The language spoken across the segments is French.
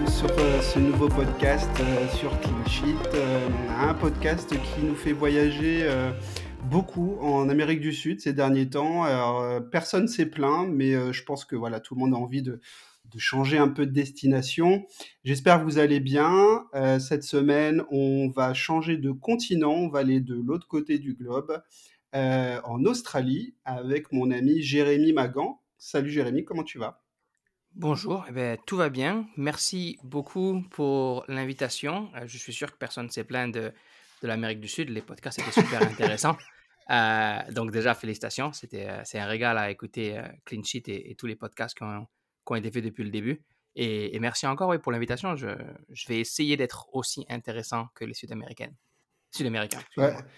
sur ce nouveau podcast sur Clean Sheet, un podcast qui nous fait voyager beaucoup en Amérique du Sud ces derniers temps. Alors, personne s'est plaint, mais je pense que voilà, tout le monde a envie de changer un peu de destination. J'espère que vous allez bien. Cette semaine, on va changer de continent, on va aller de l'autre côté du globe, en Australie, avec mon ami Jérémy Magan. Salut Jérémy, comment tu vas? Bonjour, eh ben, tout va bien. Merci beaucoup pour l'invitation. Je suis sûr que personne ne s'est plaint de l'Amérique du Sud. Les podcasts étaient super intéressants. Donc déjà, félicitations. C'est un régal à écouter Clean Sheet et tous les podcasts qui ont été faits depuis le début. Et merci encore oui, pour l'invitation. Je vais essayer d'être aussi intéressant que les Sud-Américaines. Sud-Américains, Ouais, excusez-moi.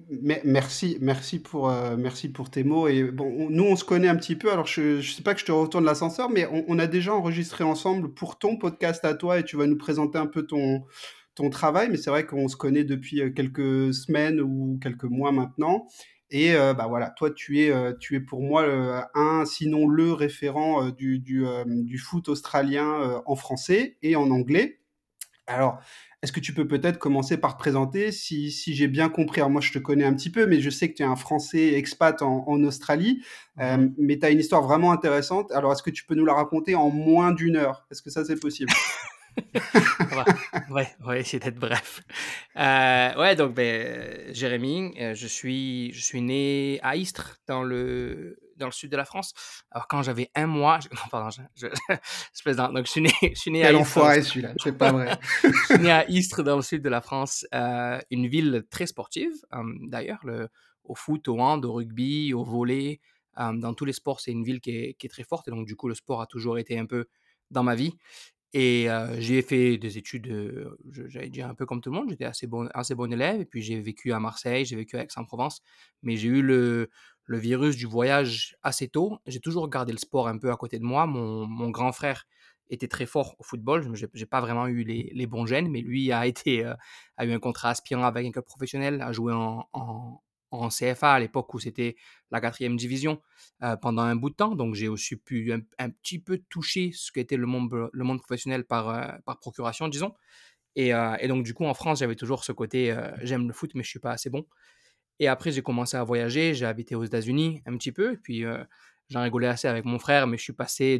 merci pour tes mots. Et bon, nous, on se connaît un petit peu. Alors, je sais pas que je te retourne l'ascenseur, mais on a déjà enregistré ensemble pour ton podcast à toi et tu vas nous présenter un peu ton travail. Mais c'est vrai qu'on se connaît depuis quelques semaines ou quelques mois maintenant. Et bah voilà, toi, tu es pour moi un, sinon le référent du foot australien en français et en anglais. Alors, est-ce que tu peux peut-être commencer par te présenter si j'ai bien compris? Alors moi, je te connais un petit peu, mais je sais que tu es un Français expat en Australie, Mhm. mais tu as une histoire vraiment intéressante. Alors, est-ce que tu peux nous la raconter en moins d'une heure? Est-ce que ça, c'est possible? Ouais, ouais, on va essayer d'être bref. Ouais, donc, Jérémy, je suis né à Istres, dans le sud de la France. Alors, quand j'avais un mois, non, pardon, je plaisante. Donc, je suis né à Quel Istres, dans le enfoiré sud. celui-là, c'est pas vrai. Je suis né à Istres, dans le sud de la France, une ville très sportive, d'ailleurs, au foot, au hand, au rugby, au volley, dans tous les sports, c'est une ville qui est très forte. Et donc, du coup, le sport a toujours été un peu dans ma vie. Et j'y ai fait des études, j'allais dire un peu comme tout le monde. J'étais assez bon élève et puis j'ai vécu à Marseille, j'ai vécu à Aix-en-Provence, mais j'ai eu le virus du voyage assez tôt. J'ai toujours gardé le sport un peu à côté de moi. Mon grand frère était très fort au football. J'ai pas vraiment eu les bons gènes, mais lui a eu un contrat aspirant avec un club professionnel, a joué en CFA à l'époque où c'était la 4e division pendant un bout de temps. Donc, j'ai aussi pu un petit peu toucher ce qu'était le monde professionnel par procuration, disons. Et donc, du coup, en France, j'avais toujours ce côté j'aime le foot, mais je suis pas assez bon. Et après, j'ai commencé à voyager. J'ai habité aux États-Unis un petit peu. Et puis, j'en rigolais assez avec mon frère, mais je suis passé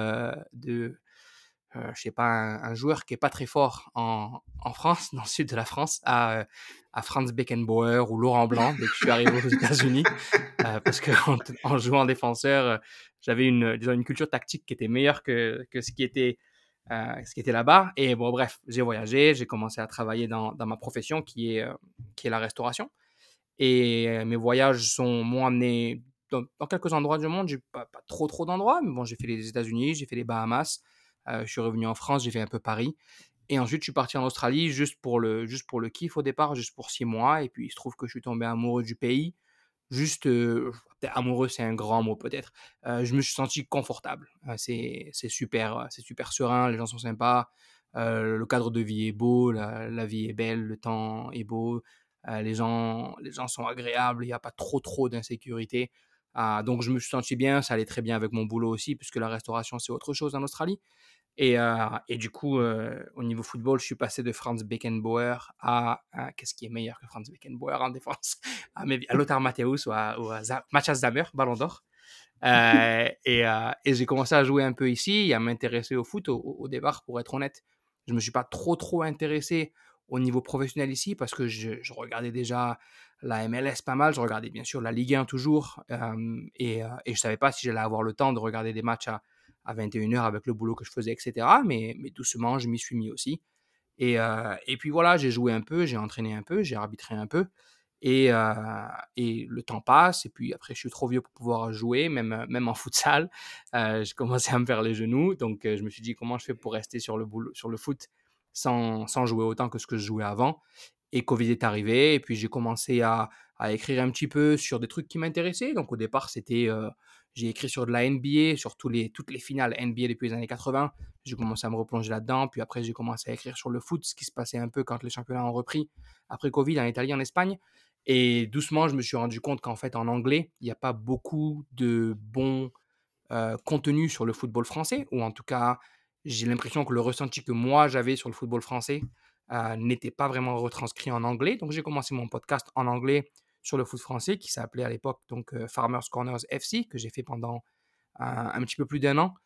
je sais pas, un joueur qui est pas très fort en France, dans le sud de la France, à Franz Beckenbauer ou Laurent Blanc dès que je suis arrivé aux États-Unis. Parce qu'en jouant défenseur, j'avais disons une culture tactique qui était meilleure que ce qui était là-bas. Et bon, bref, j'ai voyagé, j'ai commencé à travailler dans ma profession qui est la restauration. Et mes voyages m'ont amené dans quelques endroits du monde. J'ai pas trop d'endroits, mais bon, j'ai fait les États-Unis, j'ai fait les Bahamas, je suis revenu en France, j'ai fait un peu Paris. Et ensuite, je suis parti en Australie juste pour le kiff au départ, juste pour 6 mois. Et puis, il se trouve que je suis tombé amoureux du pays. Juste, peut-être amoureux, c'est un grand mot peut-être. Je me suis senti confortable. C'est super serein, les gens sont sympas, le cadre de vie est beau, la vie est belle, le temps est beau, les gens sont agréables, il y a pas trop d'insécurité. Donc je me suis senti bien, ça allait très bien avec mon boulot aussi puisque la restauration, c'est autre chose en Australie. Et du coup, au niveau football, je suis passé de Franz Beckenbauer qu'est-ce qui est meilleur que Franz Beckenbauer en défense? À Lothar Matthäus ou à Matthias Sammer, Ballon d'Or. Et j'ai commencé à jouer un peu ici et à m'intéresser au foot au départ, pour être honnête. Je me suis pas trop intéressé au niveau professionnel ici parce que je regardais déjà la MLS pas mal. Je regardais bien sûr la Ligue 1 toujours. Et je savais pas si j'allais avoir le temps de regarder des matchs à 21 heures avec le boulot que je faisais, etc. Mais doucement, je m'y suis mis aussi. Et puis voilà, j'ai joué un peu, j'ai entraîné un peu, j'ai arbitré un peu. Et le temps passe. Et puis après, je suis trop vieux pour pouvoir jouer, même en futsal. J'ai commencé à me faire les genoux. Donc, je me suis dit, comment je fais pour rester sur le foot sans jouer autant que ce que je jouais avant. Et Covid est arrivé. Et puis, j'ai commencé à écrire un petit peu sur des trucs qui m'intéressaient. Donc, au départ, j'ai écrit sur de la NBA, sur toutes les finales NBA depuis les années 80. J'ai commencé à me replonger là-dedans. Puis après, j'ai commencé à écrire sur le foot, ce qui se passait un peu quand les championnats ont repris après Covid en Italie, en Espagne. Et doucement, je me suis rendu compte qu'en fait, en anglais, il n'y a pas beaucoup de bons contenus sur le football français, ou en tout cas, j'ai l'impression que le ressenti que moi j'avais sur le football français n'était pas vraiment retranscrit en anglais. Donc j'ai commencé mon podcast en anglais sur le foot français qui s'appelait à l'époque donc Farmers Corners FC, que j'ai fait pendant un petit peu plus d'un an.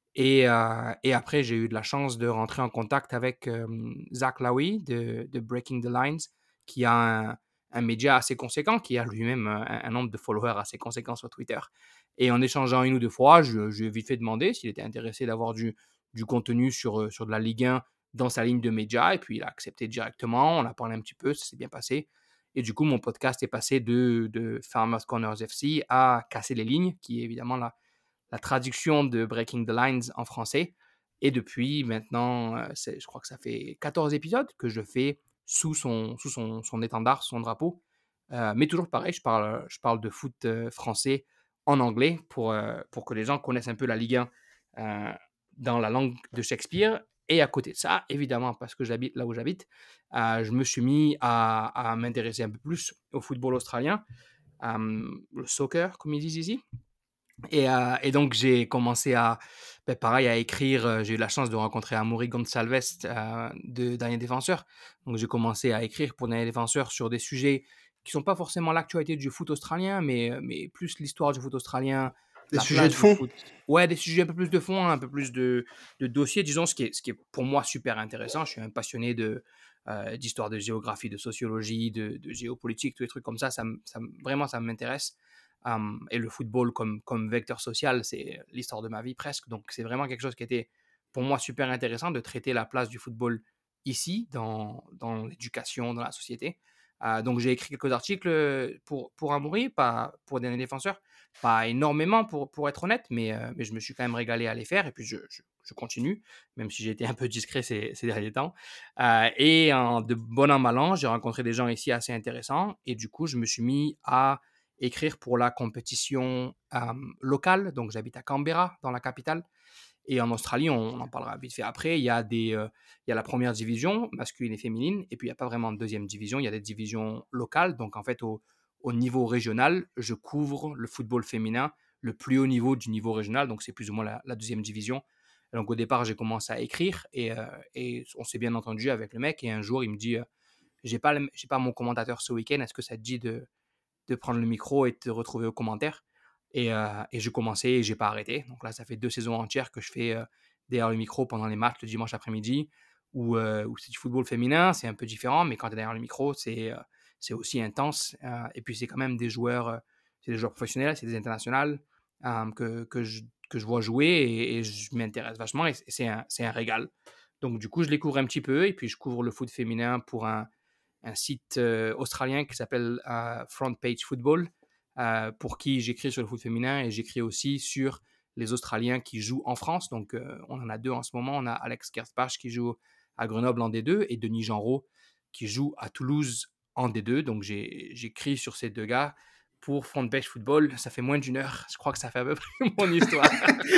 Et après, j'ai eu de la chance de rentrer en contact avec Zach Lowy de Breaking the Lines, qui a un média assez conséquent, qui a lui-même un nombre de followers assez conséquent sur Twitter. Et en échangeant une ou deux fois, je lui ai vite fait demander s'il était intéressé d'avoir du contenu sur de la Ligue 1 dans sa ligne de médias. Et puis, il a accepté directement. On a parlé un petit peu, ça s'est bien passé. Et du coup, mon podcast est passé de Farmers Corners FC à Casser les lignes, qui est évidemment la traduction de Breaking the Lines en français. Et depuis maintenant, je crois que ça fait 14 épisodes que je fais sous son étendard, son drapeau. Mais toujours pareil, je parle de foot français en anglais pour que les gens connaissent un peu la Ligue 1 dans la langue de Shakespeare. Et à côté de ça, évidemment, parce que j'habite là où j'habite, je me suis mis à m'intéresser un peu plus au football australien, le soccer, comme ils disent ici. Et donc, j'ai commencé pareil, à écrire. J'ai eu la chance de rencontrer Amaury Gonçalves de Dernier Défenseur. Donc, j'ai commencé à écrire pour Dernier Défenseur sur des sujets qui sont pas forcément l'actualité du foot australien, mais plus l'histoire du foot australien, Des la sujets de place du fond? foot. Ouais, des sujets un peu plus de fond, un peu plus de dossiers, disons, ce qui est pour moi super intéressant. Je suis un passionné d'histoire, de géographie, de sociologie, de géopolitique, tous les trucs comme ça. Vraiment, ça m'intéresse. Et le football comme vecteur social, c'est l'histoire de ma vie presque. Donc, c'est vraiment quelque chose qui était pour moi super intéressant de traiter la place du football ici, dans l'éducation, dans la société. Donc, j'ai écrit quelques articles pour Amaury, pas pour Dernier Défenseur, pas énormément pour être honnête, mais je me suis quand même régalé à les faire et puis je continue, même si j'ai été un peu discret ces derniers temps. De bon an, mal an, j'ai rencontré des gens ici assez intéressants et du coup, je me suis mis à écrire pour la compétition locale. Donc, j'habite à Canberra, dans la capitale. Et en Australie, on en parlera vite fait après. Il y a la première division, masculine et féminine. Et puis, il n'y a pas vraiment de deuxième division. Il y a des divisions locales. Donc, en fait, au niveau régional, je couvre le football féminin, le plus haut niveau du niveau régional. Donc, c'est plus ou moins la deuxième division. Et donc, au départ, j'ai commencé à écrire et on s'est bien entendu avec le mec. Et un jour, il me dit j'ai pas mon commentateur ce week-end. Est-ce que ça te dit de prendre le micro et de te retrouver aux commentaires. Et je commençais et j'ai pas arrêté. Donc là, ça fait 2 saisons entières que je fais derrière le micro pendant les matchs le dimanche après-midi, où c'est du football féminin, c'est un peu différent, mais quand tu es derrière le micro, c'est aussi intense. Et puis c'est quand même c'est des joueurs professionnels, c'est des internationales que je vois jouer et je m'intéresse vachement et c'est un régal. Donc du coup, je les couvre un petit peu et puis je couvre le foot féminin pour un site australien qui s'appelle Front Page Football, pour qui j'écris sur le foot féminin et j'écris aussi sur les Australiens qui jouent en France. Donc, on en a deux en ce moment. On a Alex Kerspach qui joue à Grenoble en D2 et Denis Genreau qui joue à Toulouse en D2. Donc, j'écris sur ces deux gars pour Front Page Football. Ça fait moins d'une heure. Je crois que ça fait à peu près mon histoire.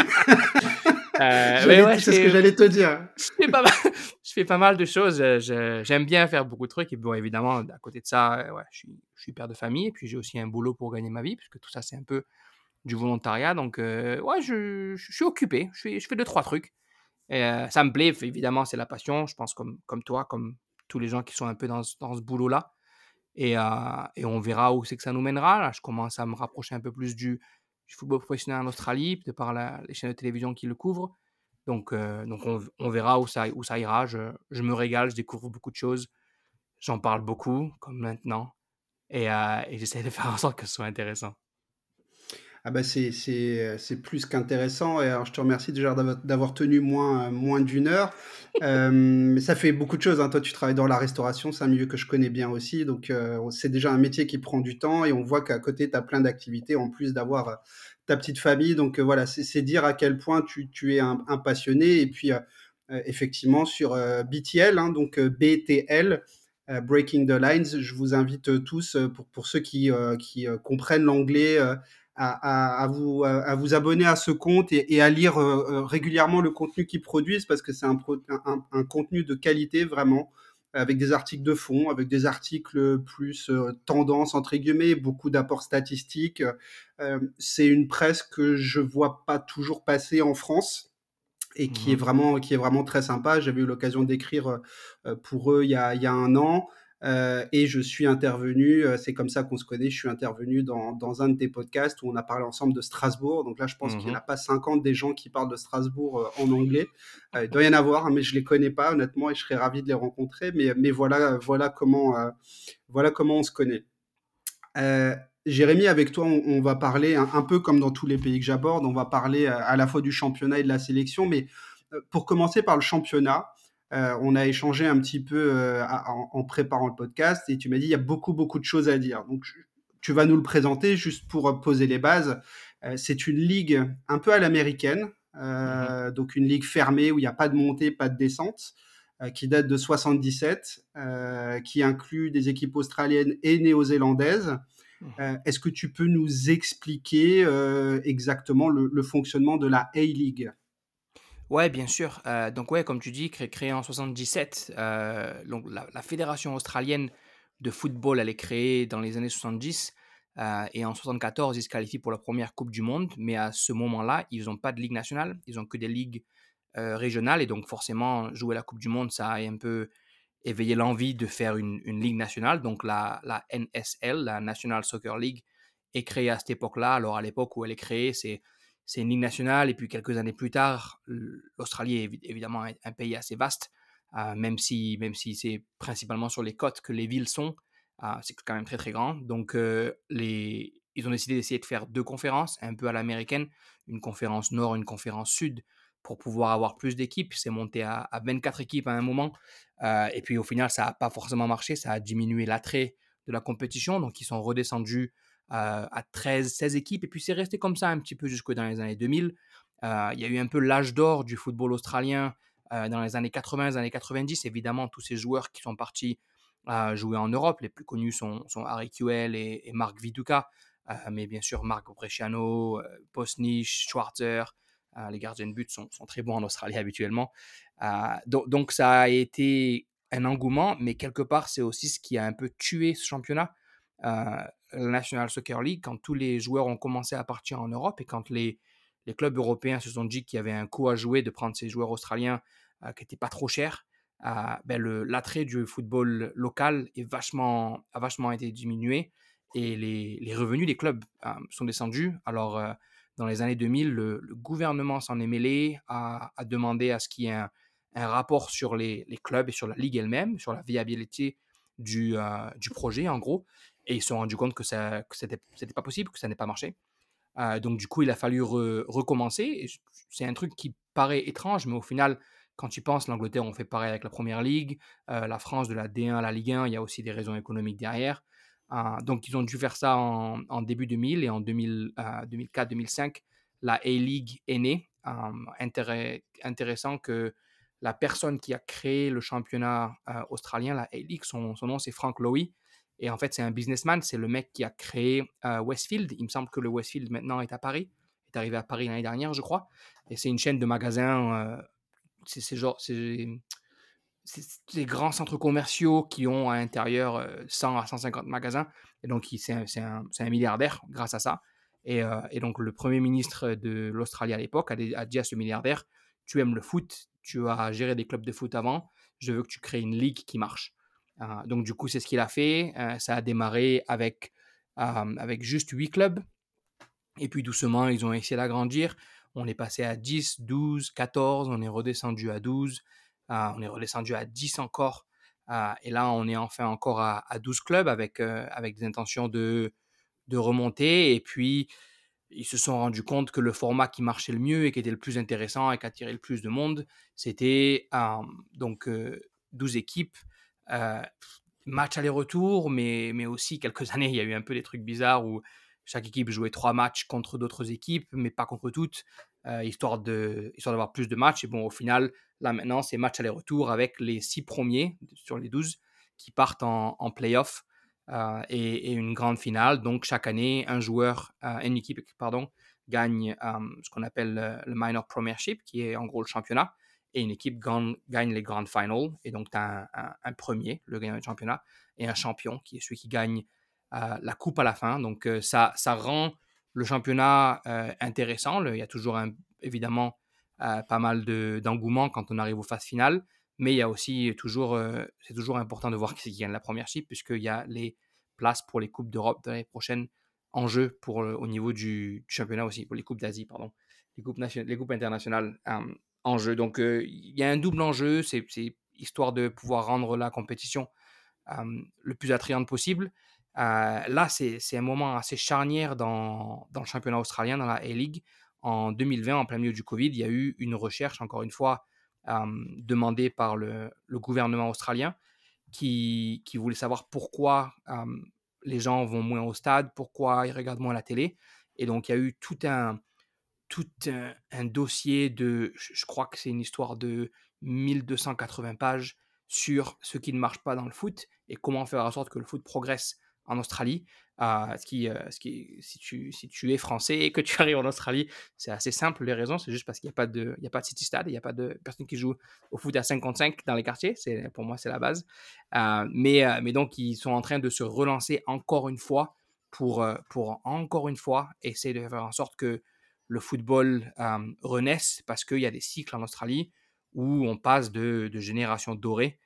Mais ouais, C'est ce que j'allais te dire. je fais pas mal, je fais pas mal de choses. J'aime bien faire beaucoup de trucs. Et bon, évidemment, à côté de ça, ouais, je suis père de famille. Et puis, j'ai aussi un boulot pour gagner ma vie, puisque tout ça, c'est un peu du volontariat. Donc, ouais, je suis occupé. Je fais deux, trois trucs. Et ça me plaît. Évidemment, c'est la passion. Je pense comme toi, comme tous les gens qui sont un peu dans ce boulot-là. Et on verra où c'est que ça nous mènera. Là, je commence à me rapprocher un peu plus du football professionnel en Australie, de par les chaînes de télévision qui le couvrent. Donc on verra où ça ira. Je me régale, je découvre beaucoup de choses. J'en parle beaucoup, comme maintenant. Et j'essaie de faire en sorte que ce soit intéressant. Ah bah c'est plus qu'intéressant et alors je te remercie déjà d'avoir tenu moins d'une heure. Mais ça fait beaucoup de choses, hein. Toi, tu travailles dans la restauration, c'est un milieu que je connais bien aussi, donc c'est déjà un métier qui prend du temps et on voit qu'à côté, tu as plein d'activités en plus d'avoir ta petite famille. Donc voilà, c'est dire à quel point tu es un passionné. Et puis effectivement, sur BTL, hein, donc BTL, Breaking the Lines, je vous invite tous, pour ceux qui comprennent l'anglais, à vous abonner à ce compte et à lire régulièrement le contenu qu'ils produisent parce que c'est un contenu de qualité vraiment, avec des articles de fond, avec des articles plus tendance entre guillemets, beaucoup d'apports statistiques. C'est une presse que je vois pas toujours passer en France. et Mmh. qui est vraiment très sympa. J'avais eu l'occasion d'écrire, pour eux il y a 1 an, et je suis intervenu, c'est comme ça qu'on se connaît, je suis intervenu dans un de tes podcasts où on a parlé ensemble de Strasbourg. Donc là, je pense qu'il y en Mmh. a pas 50 des gens qui parlent de Strasbourg, en anglais. Il doit y en avoir, hein, mais je les connais pas honnêtement et je serais ravi de les rencontrer. Mais voilà comment on se connaît. Heu, Jérémy, avec toi, on va parler un peu comme dans tous les pays que j'aborde, on va parler, à la fois du championnat et de la sélection. Mais, pour commencer par le championnat, on a échangé un petit peu, en préparant le podcast et tu m'as dit: «Il y a beaucoup, beaucoup de choses à dire». Donc tu vas nous le présenter juste pour, poser les bases. C'est une ligue un peu à l'américaine, Mmh. donc une ligue fermée où il y a pas de montée, pas de descente, qui date de 77, qui inclut des équipes australiennes et néo-zélandaises. Mmh. Est-ce que tu peux nous expliquer, exactement le fonctionnement de la A-League? Ouais, bien sûr, donc ouais, comme tu dis, créée en 77, donc la fédération australienne de football, elle est créée dans les années 70, et en 74, ils se qualifient pour la première coupe du monde, mais à ce moment-là, ils n'ont pas de ligue nationale, ils ont que des ligues, régionales et donc forcément, jouer la coupe du monde, ça a un peu éveillé l'envie de faire une ligue nationale, donc la NSL, la National Soccer League, est créée à cette époque-là. Alors à l'époque où elle est créée, c'est une ligue nationale et puis quelques années plus tard, l'Australie est évidemment un pays assez vaste, même si c'est principalement sur les côtes que les villes sont, c'est quand même très très grand. Donc ils ont décidé d'essayer de faire deux conférences, un peu à l'américaine, une conférence nord, une conférence sud, pour pouvoir avoir plus d'équipes. C'est monté à 24 équipes à un moment. Et puis au final, ça n'a pas forcément marché, ça a diminué l'attrait de la compétition, donc ils sont redescendus à 13, 16 équipes, et puis c'est resté comme ça un petit peu jusque dans les années 2000. Il y a eu un peu l'âge d'or du football australien dans les années 80, les années 90. Évidemment, tous ces joueurs qui sont partis jouer en Europe, les plus connus sont Harry Kewell et Mark Viduka, mais bien sûr Marco Bresciano, Posnich, Schwarzer, les gardiens de but sont très bons en Australie habituellement. Donc ça a été un engouement, mais quelque part, c'est aussi ce qui a un peu tué ce championnat. La National Soccer League, quand tous les joueurs ont commencé à partir en Europe et quand les clubs européens se sont dit qu'il y avait un coup à jouer de prendre ces joueurs australiens qui n'étaient pas trop chers, ben l'attrait du football local a vachement été diminué et les revenus des clubs sont descendus. Alors, dans les années 2000, le gouvernement s'en est mêlé, a demandé à ce qu'il y ait un rapport sur les clubs et sur la ligue elle-même, sur la viabilité du projet, en gros. Et ils se sont rendus compte que c'était pas possible, que ça n'ait pas marché. Donc, du coup, il a fallu recommencer. Et c'est un truc qui paraît étrange, mais au final, quand tu penses, l'Angleterre, on fait pareil avec la Première Ligue, la France de la D1 à la Ligue 1, il y a aussi des raisons économiques derrière. Donc, ils ont dû faire ça en début 2000 et en 2004-2005, la A-League est née. Intéressant que la personne qui a créé le championnat australien, la A-League, son nom c'est Frank Lowy. Et en fait, c'est un businessman, c'est le mec qui a créé Westfield. Il me semble que le Westfield maintenant est à Paris, est arrivé à Paris l'année dernière, je crois. Et c'est une chaîne de magasins, c'est des grands centres commerciaux qui ont à l'intérieur 100 à 150 magasins. Et donc, c'est un milliardaire grâce à ça. Et donc, le premier ministre de l'Australie à l'époque a dit à ce milliardaire, tu aimes le foot, tu as géré des clubs de foot avant, je veux que tu crées une ligue qui marche. Donc, du coup, c'est ce qu'il a fait. Ça a démarré avec juste 8 clubs. Et puis, doucement, ils ont essayé d'agrandir. On est passé à 10, 12, 14, on est redescendu à 12, on est redescendu à 10 encore. Et là, on est enfin encore à 12 clubs avec des intentions de remonter. Et puis, ils se sont rendus compte que le format qui marchait le mieux et qui était le plus intéressant et qui attirait le plus de monde, c'était donc 12 équipes, euh, match aller-retour, mais aussi quelques années, il y a eu un peu des trucs bizarres où chaque équipe jouait 3 matchs contre d'autres équipes, mais pas contre toutes, histoire d'avoir plus de matchs. Et bon, au final, là maintenant, c'est match aller-retour avec les 6 premiers sur les 12 qui partent en play-off et une grande finale. Donc, chaque année, une équipe pardon, gagne ce qu'on appelle le Minor Premiership, qui est en gros le championnat, et une équipe gagne les Grand Finals. Et donc, tu as un premier, le gagnant du championnat, et un champion, qui est celui qui gagne la coupe à la fin. Donc, ça rend le championnat intéressant. Il y a toujours évidemment pas mal d'engouement quand on arrive aux phases finales. Mais il y a aussi toujours, c'est toujours important de voir qui gagne la première chip, puisqu'il y a les places pour les Coupes d'Europe de l'année prochaine en jeu au niveau du championnat aussi, pour les Coupes d'Asie, pardon, les Coupes internationales en jeu. Donc, il y a un double enjeu, c'est histoire de pouvoir rendre la compétition le plus attrayante possible. Là, c'est un moment assez charnière dans le championnat australien, dans la A-League. En 2020, en plein milieu du Covid, il y a eu une recherche, encore une fois, demandée par le gouvernement australien qui voulait savoir pourquoi les gens vont moins au stade, pourquoi ils regardent moins la télé. Et donc, il y a eu tout un dossier je crois que c'est une histoire de 1280 pages sur ce qui ne marche pas dans le foot et comment faire en sorte que le foot progresse en Australie. Si tu es français et que tu arrives en Australie, c'est assez simple les raisons, c'est juste parce qu'il n'y a pas de city stade, il n'y a pas de personnes qui jouent au foot à 55 dans les quartiers, pour moi c'est la base. Mais donc ils sont en train de se relancer encore une fois pour encore une fois essayer de faire en sorte que le football renaisse parce qu'il y a des cycles en Australie où on passe de générations dorées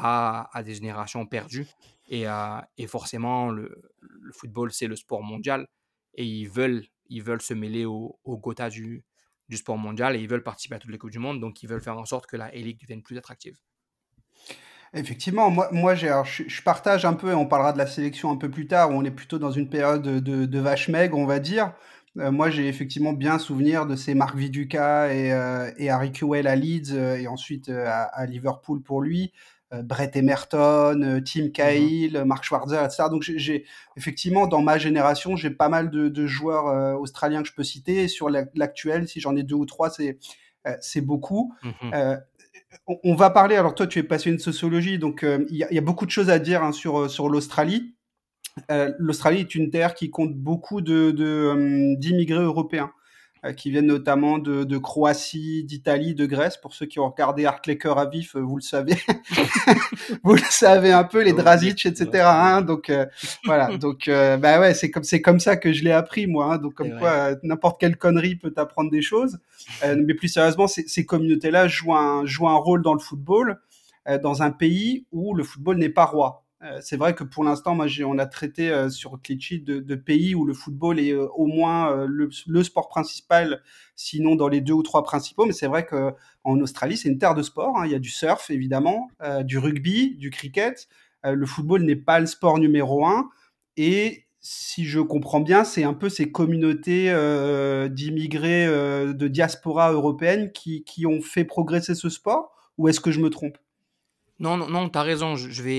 à des générations perdues. Et forcément, le football, c'est le sport mondial. Et ils veulent se mêler au Gotha du sport mondial et ils veulent participer à toutes les Coupes du Monde. Donc, ils veulent faire en sorte que la A-League devienne plus attractive. Effectivement, alors, je partage un peu, et on parlera de la sélection un peu plus tard, où on est plutôt dans une période de vache maigre, on va dire. Moi, j'ai effectivement bien souvenir de ces Marc Viduka et Harry Kewell à Leeds, et ensuite à Liverpool pour lui, Brett Emerton, Tim Mhm. Cahill, Mark Schwarzer, etc. Donc, effectivement, dans ma génération, j'ai pas mal de joueurs australiens que je peux citer. Et sur l'actuel, si j'en ai deux ou trois, c'est beaucoup. Mhm. Euh, on va parler, alors toi tu es passionné de sociologie, donc il y a beaucoup de choses à dire hein, sur l'Australie. L'Australie est une terre qui compte beaucoup d'immigrés européens qui viennent notamment de Croatie, d'Italie, de Grèce. Pour ceux qui ont regardé Art les cœurs à vif, vous le savez, vous le savez un peu, les J'avais oublié Drazic, que c'était etc. l'Australie. Hein, donc voilà, donc bah ouais, c'est comme ça que je l'ai appris moi. Hein, donc C'est comme quoi, vrai. n'importe quelle connerie peut t'apprendre des choses. Mais plus sérieusement, ces communautés-là jouent un rôle dans le football, dans un pays où le football n'est pas roi. C'est vrai que pour l'instant, moi, on a traité sur Clichy de pays où le football est au moins le sport principal, sinon dans les deux ou trois principaux. Mais c'est vrai que en Australie, c'est une terre de sport. Hein. Il y a du surf, évidemment, du rugby, du cricket. Le football n'est pas le sport numéro un. Et si je comprends bien, c'est un peu ces communautés d'immigrés de diaspora européenne qui ont fait progresser ce sport. Ou est-ce que je me trompe? Non, non, non, t'as raison.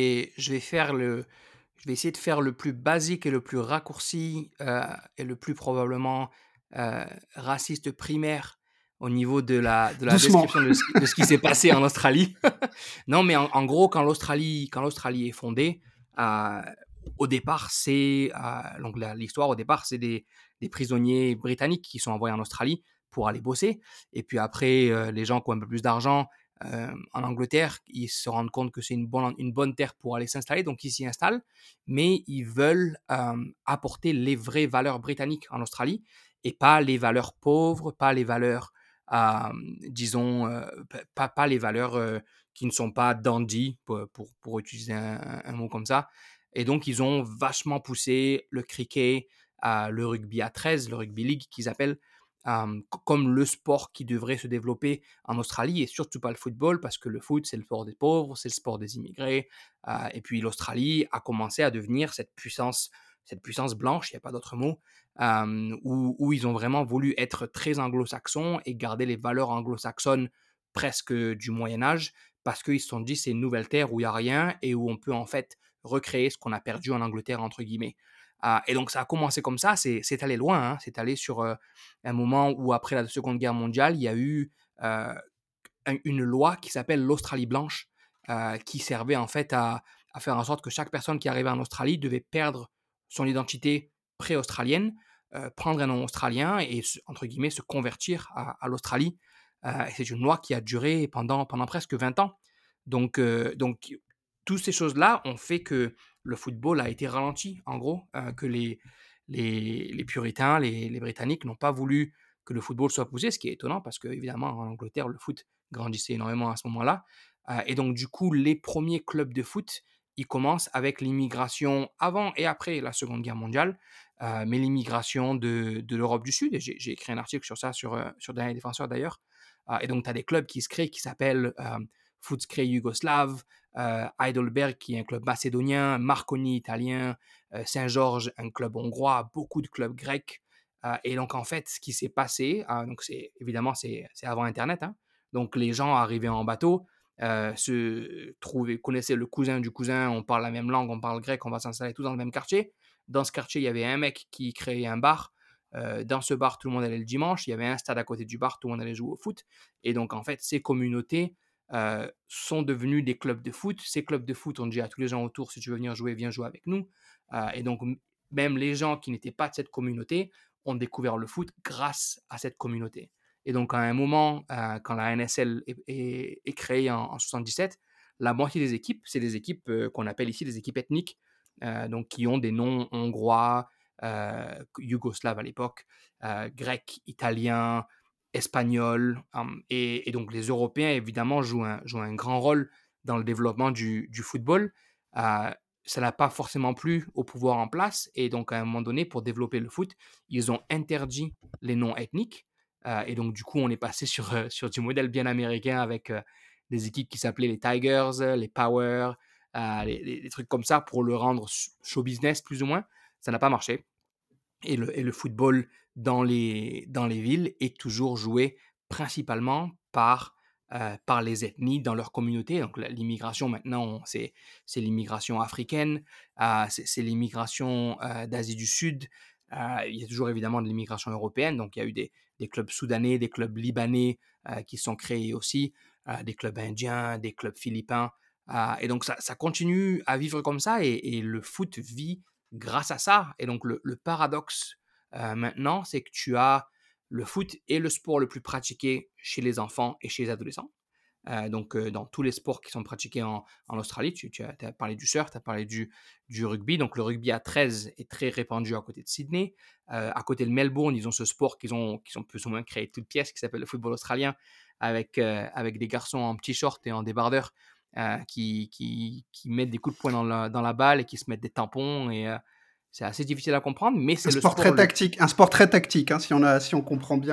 Je vais essayer de faire le plus basique et le plus raccourci et le plus probablement raciste primaire au niveau de la Doucement. description de ce qui s'est passé en Australie. Non, mais en gros, quand l'Australie est fondée, euh, au départ, donc l'histoire au départ, c'est des prisonniers britanniques qui sont envoyés en Australie pour aller bosser. Et puis après, les gens qui ont un peu plus d'argent en Angleterre, ils se rendent compte que c'est une bonne terre pour aller s'installer, donc ils s'y installent, mais ils veulent apporter les vraies valeurs britanniques en Australie et pas les valeurs pauvres, pas les valeurs, disons, pas les valeurs qui ne sont pas dandy, pour utiliser un mot comme ça. Et donc, ils ont vachement poussé le cricket, le rugby à 13, le rugby league qu'ils appellent, comme le sport qui devrait se développer en Australie et surtout pas le football parce que le foot, c'est le sport des pauvres, c'est le sport des immigrés. Et puis l'Australie a commencé à devenir cette puissance blanche, il n'y a pas d'autre mot, où ils ont vraiment voulu être très anglo-saxons et garder les valeurs anglo-saxonnes presque du Moyen Âge parce qu'ils se sont dit c'est une nouvelle terre où il n'y a rien et où on peut en fait recréer ce qu'on a perdu en Angleterre, entre guillemets. Et donc ça a commencé comme ça, c'est allé loin, hein, c'est allé sur un moment où après la Seconde Guerre mondiale, il y a eu euh, une loi qui s'appelle l'Australie blanche, qui servait en fait à faire en sorte que chaque personne qui arrivait en Australie devait perdre son identité pré-australienne, prendre un nom australien et, entre guillemets, se convertir à l'Australie. Et c'est une loi qui a duré pendant presque 20 ans. Donc toutes ces choses-là ont fait que le football a été ralenti, en gros, que les puritains, les Britanniques n'ont pas voulu que le football soit poussé, ce qui est étonnant parce qu'évidemment, en Angleterre, le foot grandissait énormément à ce moment-là. Et donc, du coup, les premiers clubs de foot, ils commencent avec l'immigration avant et après la Seconde Guerre mondiale, mais l'immigration de l'Europe du Sud. Et j'ai écrit un article sur ça, sur Dernier Défenseur d'ailleurs. Et donc, tu as des clubs qui se créent qui s'appellent Footscray Yougoslave, Heidelberg, qui est un club macédonien, Marconi italien, Saint-Georges, un club hongrois, beaucoup de clubs grecs. Et donc, en fait, ce qui s'est passé, donc évidemment, c'est avant Internet, hein, donc les gens arrivaient en bateau, connaissaient le cousin du cousin, on parle la même langue, on parle grec, on va s'installer tous dans le même quartier. Dans ce quartier, il y avait un mec qui créait un bar. Dans ce bar, tout le monde allait le dimanche. Il y avait un stade à côté du bar, tout le monde allait jouer au foot. Et donc, en fait, ces communautés sont devenus des clubs de foot. Ces clubs de foot ont dit à tous les gens autour, si tu veux venir jouer, viens jouer avec nous. Et donc, même les gens qui n'étaient pas de cette communauté ont découvert le foot grâce à cette communauté. Et donc, à un moment, quand la NSL est créée en 77, la moitié des équipes, c'est des équipes qu'on appelle ici des équipes ethniques, donc qui ont des noms hongrois, yougoslaves à l'époque, grecs, italiens, espagnols. Et donc, les Européens, évidemment, jouent un grand rôle dans le développement du football. Euh, Ça n'a pas forcément plu au pouvoir en place. Et donc, à un moment donné, pour développer le foot, ils ont interdit les noms ethniques. Et donc, du coup, on est passé sur du modèle bien américain avec des équipes qui s'appelaient les Tigers, les Power, les trucs comme ça pour le rendre show business plus ou moins. Ça n'a pas marché. Et le football dans les villes est toujours joué principalement par les ethnies dans leur communauté. Donc l'immigration maintenant, c'est l'immigration africaine, c'est l'immigration d'Asie du Sud. Il y a toujours évidemment de l'immigration européenne. Donc il y a eu des clubs soudanais, des clubs libanais qui sont créés aussi, des clubs indiens, des clubs philippins. Et donc ça continue à vivre comme ça et le foot vit grâce à ça. Et donc, le paradoxe maintenant, c'est que tu as le foot et le sport le plus pratiqué chez les enfants et chez les adolescents. Donc, dans tous les sports qui sont pratiqués en Australie, tu as parlé du surf, tu as parlé du rugby. Donc, le rugby à 13 est très répandu à côté de Sydney. À côté de Melbourne, ils ont ce sport qu'ils ont plus ou moins créé de toutes pièces, qui s'appelle le football australien, avec des garçons en petits shorts et en débardeur qui mettent des coups de poing dans la balle et qui se mettent des tampons. Et c'est assez difficile à comprendre, mais Un c'est le sport sport très tactique, un sport très tactique, hein, si on comprend bien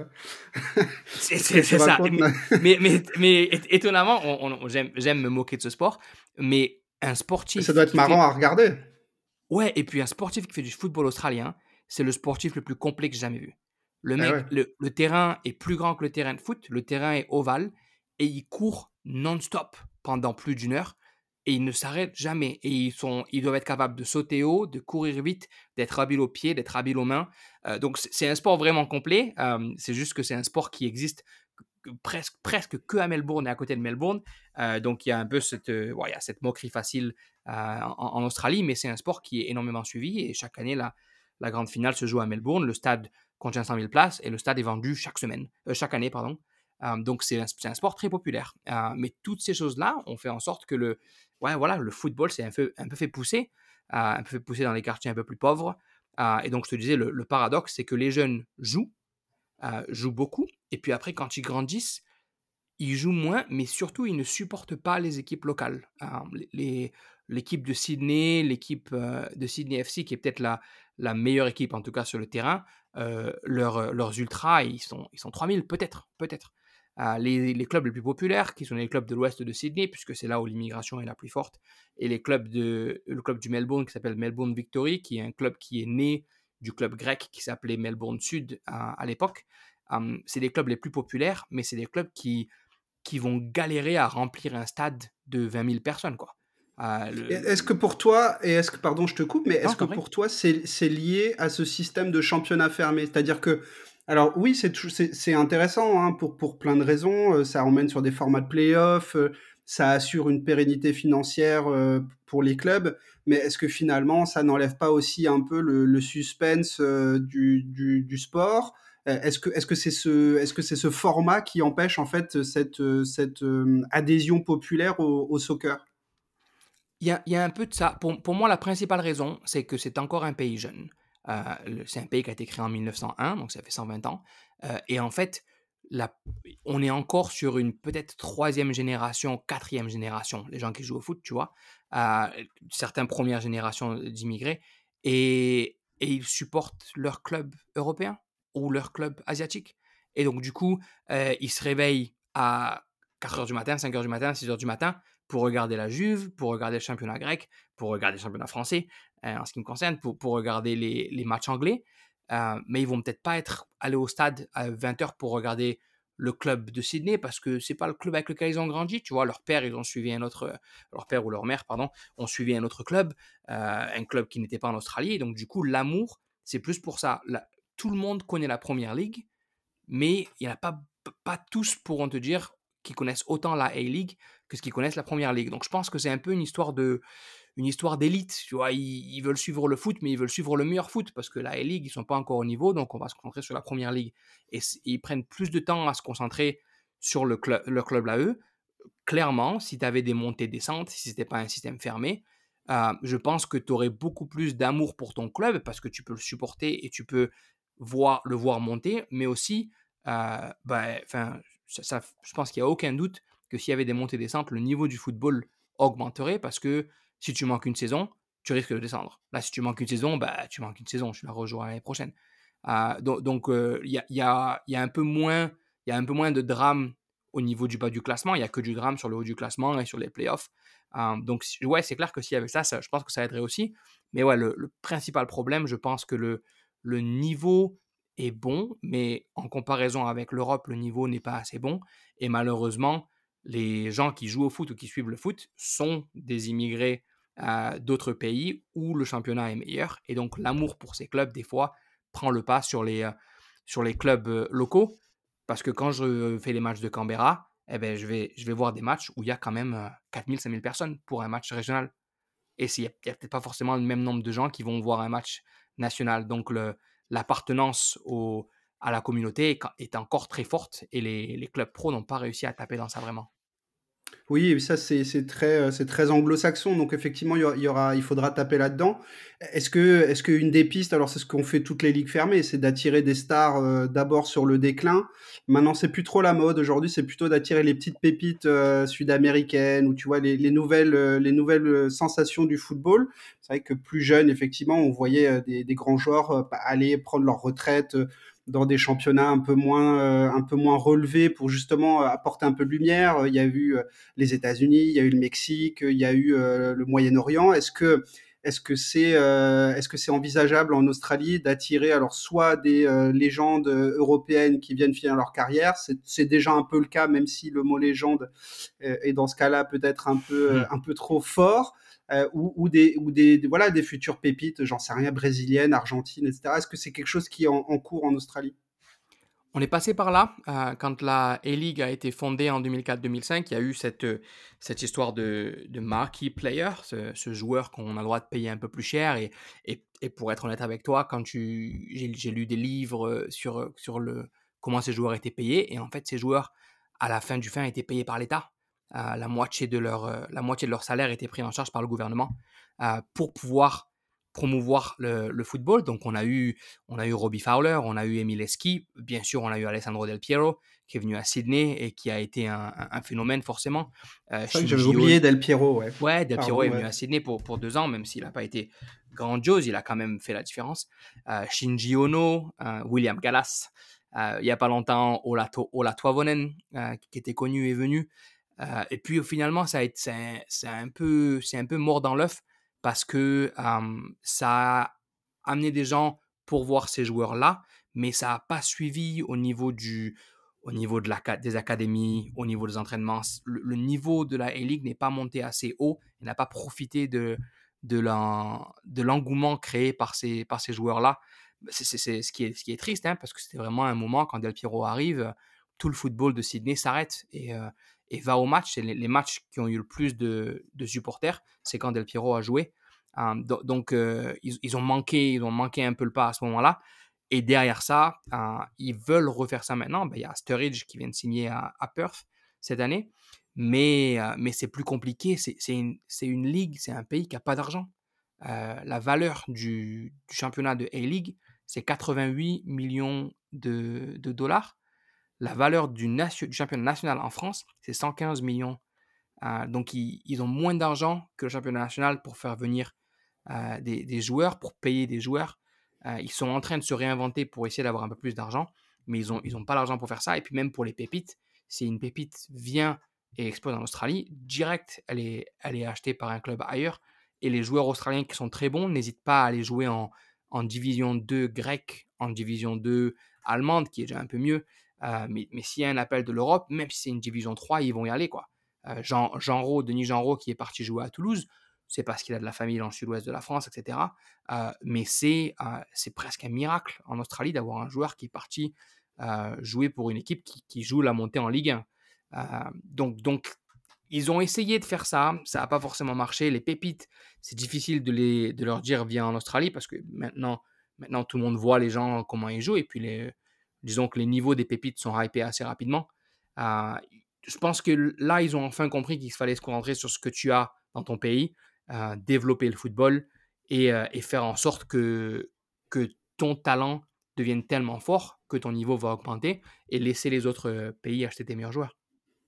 ce que tu c'est ça. racontes. Mais étonnamment, j'aime me moquer de ce sport, mais un Ça sportif doit être qui marrant fait... à regarder. Ouais, et puis un sportif qui fait du football australien, c'est le sportif le plus complet que j'ai jamais vu. Le Eh mec, ouais. le terrain est plus grand que le terrain de foot, le terrain est ovale, et il court non-stop pendant plus d'une heure, et il ne s'arrête jamais. Et ils doivent être capables de sauter haut, de courir vite, d'être habiles aux pieds, d'être habiles aux mains. Donc c'est un sport vraiment complet. C'est juste que c'est un sport qui existe presque que à Melbourne et à côté de Melbourne. Donc il y a un peu il y a cette moquerie facile en Australie, mais c'est un sport qui est énormément suivi et chaque année, la grande finale se joue à Melbourne. Le stade contient 100 000 places et le stade est vendu chaque année. Pardon. Donc c'est un sport très populaire. Mais toutes ces choses-là ont fait en sorte que le football s'est un peu fait pousser, dans les quartiers un peu plus pauvres. Et donc je te disais, le paradoxe, c'est que les jeunes jouent beaucoup. Et puis après, quand ils grandissent, ils jouent moins, mais surtout, ils ne supportent pas les équipes locales. L'équipe de Sydney, l'équipe de Sydney FC, qui est peut-être la meilleure équipe, en tout cas sur le terrain, leurs ultras, ils sont 3000, peut-être. Peut-être. Les clubs les plus populaires, qui sont les clubs de l'ouest de Sydney, puisque c'est là où l'immigration est la plus forte, et le club du Melbourne, qui s'appelle Melbourne Victory, qui est un club qui est né du club grec qui s'appelait Melbourne Sud à l'époque. C'est les clubs les plus populaires, mais c'est des clubs qui vont galérer à remplir un stade de 20 000 personnes, quoi. Est-ce que pour toi, pardon, je te coupe, mais Non, est-ce je que t'en prie. pour toi, c'est lié à ce système de championnat fermé? C'est-à-dire que, alors oui, c'est intéressant hein, pour plein de raisons. Ça emmène sur des formats de play-off, ça assure une pérennité financière pour les clubs, mais est-ce que finalement, ça n'enlève pas aussi un peu le suspense du sport? Est-ce que c'est ce format qui empêche en fait cette adhésion populaire au soccer? Il y a un peu de ça. Pour moi, la principale raison, c'est que c'est encore un pays jeune. C'est un pays qui a été créé en 1901, donc ça fait 120 ans. Et en fait, la on est encore sur une peut-être troisième génération, quatrième génération, les gens qui jouent au foot, tu vois? Certains premières générations d'immigrés et ils supportent leur club européen ou leur club asiatique. Et donc du coup, ils se réveillent à 4 heures du matin, 5 heures du matin, 6 heures du matin pour regarder la Juve, pour regarder le championnat grec, pour regarder le championnat français, en ce qui me concerne, pour regarder les matchs anglais. Mais ils vont peut-être pas être allés au stade à 20 heures pour regarder le club de Sydney parce que c'est pas le club avec lequel ils ont grandi. Tu vois, leur père, ils ont suivi un autre, leur père ou leur mère, pardon, ont suivi un autre club, un club qui n'était pas en Australie. Et donc, du coup, l'amour, c'est plus pour ça. Tout le monde connaît la première ligue, mais il n'y en a pas tous pourront te dire qu'ils connaissent autant la A-League que ce qu'ils connaissent la première ligue. Donc je pense que c'est un peu une histoire d'élite. Tu vois, ils veulent suivre le foot, mais ils veulent suivre le meilleur foot parce que la A-League, ils sont pas encore au niveau, donc on va se concentrer sur la première ligue. Et ils prennent plus de temps à se concentrer sur leur club là eux. Clairement, si tu avais des montées-descentes, si c'était pas un système fermé, je pense que tu aurais beaucoup plus d'amour pour ton club parce que tu peux le supporter et tu peux le voir monter, mais aussi, enfin, je pense qu'il n'y a aucun doute que s'il y avait des montées-descentes, le niveau du football augmenterait parce que si tu manques une saison, tu risques de descendre. Là, si tu manques une saison, tu manques une saison, tu la rejoueras l'année prochaine. Il y a un peu moins, il y a un peu moins de drame au niveau du bas du classement. Il n'y a que du drame sur le haut du classement et sur les playoffs. Donc, ouais, c'est clair que s'il y avait ça, je pense que ça aiderait aussi. Mais ouais, le principal problème, je pense que le niveau est bon, mais en comparaison avec l'Europe, le niveau n'est pas assez bon. Et malheureusement, les gens qui jouent au foot ou qui suivent le foot sont des immigrés d'autres pays où le championnat est meilleur. Et donc, l'amour pour ces clubs, des fois, prend le pas sur les clubs locaux. Parce que quand je fais les matchs de Canberra, eh ben, je vais voir des matchs où il y a quand même 4000, 5000 personnes pour un match régional. Et il n'y a peut-être pas forcément le même nombre de gens qui vont voir un match national. Donc, l'appartenance à la communauté est encore très forte et les clubs pro n'ont pas réussi à taper dans ça vraiment. Oui, et ça, c'est très anglo-saxon, donc effectivement, il faudra taper là-dedans. Est-ce qu'une des pistes, alors c'est ce qu'ont fait toutes les ligues fermées, c'est d'attirer des stars d'abord sur le déclin. Maintenant, c'est plus trop la mode. Aujourd'hui, c'est plutôt d'attirer les petites pépites sud-américaines ou tu vois les nouvelles sensations du football. C'est vrai que plus jeune, effectivement, on voyait des grands joueurs aller prendre leur retraite. Dans des championnats un peu moins relevés pour justement apporter un peu de lumière. Il y a eu les États-Unis, il y a eu le Mexique, il y a eu le Moyen-Orient. Est-ce que c'est envisageable en Australie d'attirer alors soit des légendes européennes qui viennent finir leur carrière, c'est déjà un peu le cas, même si le mot légende est dans ce cas-là peut-être un peu trop fort, voilà, des futures pépites, j'en sais rien, brésiliennes, argentines, etc. Est-ce que c'est quelque chose qui est en cours en Australie? On est passé par là quand la A-League a été fondée en 2004-2005. Il y a eu cette histoire de marquee player, ce joueur qu'on a le droit de payer un peu plus cher. Et pour être honnête avec toi, j'ai lu des livres sur comment ces joueurs étaient payés. Et en fait, ces joueurs, à la fin du fin, étaient payés par l'État. La moitié de leur salaire était pris en charge par le gouvernement pour pouvoir promouvoir le football. Donc, on a eu Robbie Fowler, on a eu Emile Heskey, bien sûr, on a eu Alessandro Del Piero, qui est venu à Sydney et qui a été un phénomène forcément. C'est vrai que j'avais Shinji oublié Del Piero, ouais. Ouais, Del Piero Pardon, est venu ouais. à Sydney pour 2 ans, même s'il n'a pas été grandiose, il a quand même fait la différence. Shinji Ono, William Gallas, il n'y a pas longtemps, Ola Toivonen, qui était connu, est venu. Et puis finalement, c'est un peu mort dans l'œuf parce que ça a amené des gens pour voir ces joueurs-là, mais ça n'a pas suivi au niveau des académies, au niveau des entraînements. Le niveau de la A-League n'est pas monté assez haut. Il n'a pas profité de l'engouement créé par ces joueurs-là. C'est ce qui est triste, hein, parce que c'était vraiment un moment, quand Del Piero arrive, tout le football de Sydney s'arrête et va au match. Et les matchs qui ont eu le plus de supporters, c'est quand Del Piero a joué. Donc, ils ont manqué un peu le pas à ce moment-là. Et derrière ça, ils veulent refaire ça maintenant. Ben, il y a Sturridge qui vient de signer à Perth cette année. Mais c'est plus compliqué. C'est une ligue, c'est un pays qui n'a pas d'argent. la valeur du championnat de A-League, c'est 88 millions de dollars. La valeur du championnat national en France, c'est 115 millions. Donc, ils ont moins d'argent que le championnat national pour faire venir des joueurs, pour payer des joueurs. Ils sont en train de se réinventer pour essayer d'avoir un peu plus d'argent, mais ils ont pas l'argent pour faire ça. Et puis même pour les pépites, si une pépite vient et explose en Australie, direct, elle est achetée par un club ailleurs. Et les joueurs australiens qui sont très bons n'hésitent pas à aller jouer en division 2 grecque, en division 2 allemande, qui est déjà un peu mieux. Mais s'il y a un appel de l'Europe, même si c'est une division 3, ils vont y aller, quoi. Denis Jeanreau, qui est parti jouer à Toulouse, c'est parce qu'il a de la famille dans le sud-ouest de la France, etc. Mais c'est presque un miracle en Australie d'avoir un joueur qui est parti jouer pour une équipe qui joue la montée en Ligue 1. Donc, ils ont essayé de faire ça, ça n'a pas forcément marché. Les pépites, c'est difficile de leur dire viens en Australie parce que maintenant tout le monde voit les gens, comment ils jouent, et puis disons que les niveaux des pépites sont hypés assez rapidement. Euh, je pense que là, ils ont enfin compris qu'il fallait se concentrer sur ce que tu as dans ton pays, développer le football et faire en sorte que ton talent devienne tellement fort que ton niveau va augmenter et laisser les autres pays acheter tes meilleurs joueurs.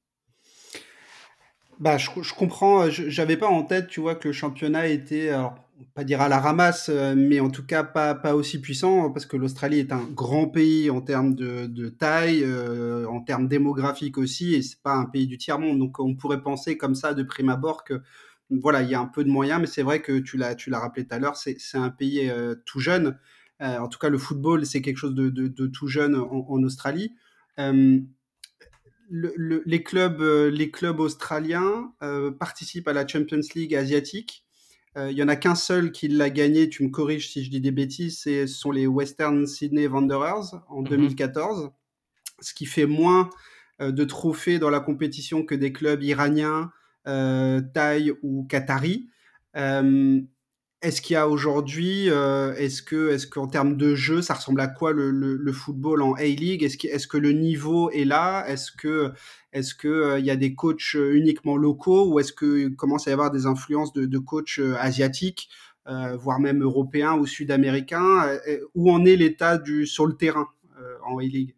Bah, je comprends, j'avais pas en tête, tu vois, que le championnat était, alors, pas dire à la ramasse, mais en tout cas pas aussi puissant, parce que l'Australie est un grand pays en termes de taille, en termes démographiques aussi, et c'est pas un pays du tiers-monde. Donc on pourrait penser comme ça de prime abord que, voilà, il y a un peu de moyens, mais c'est vrai que tu l'as rappelé tout à l'heure, c'est un pays tout jeune. En tout cas, le football, c'est quelque chose de tout jeune en Australie. Euh, les clubs australiens participent à la Champions League asiatique. Il y en a qu'un seul qui l'a gagné, tu me corriges si je dis des bêtises, ce sont les Western Sydney Wanderers en Mhm. 2014, ce qui fait moins de trophées dans la compétition que des clubs iraniens, thaï ou qataris. Euh, Est-ce qu'il y a aujourd'hui, est-ce qu'en termes de jeu, ça ressemble à quoi le football en A-League? Est-ce que le niveau est là? Est-ce que il y a des coachs uniquement locaux ou est-ce que commence à y avoir des influences de coachs asiatiques, voire même européens ou sud-américains? Où en est l'état sur le terrain en A-League?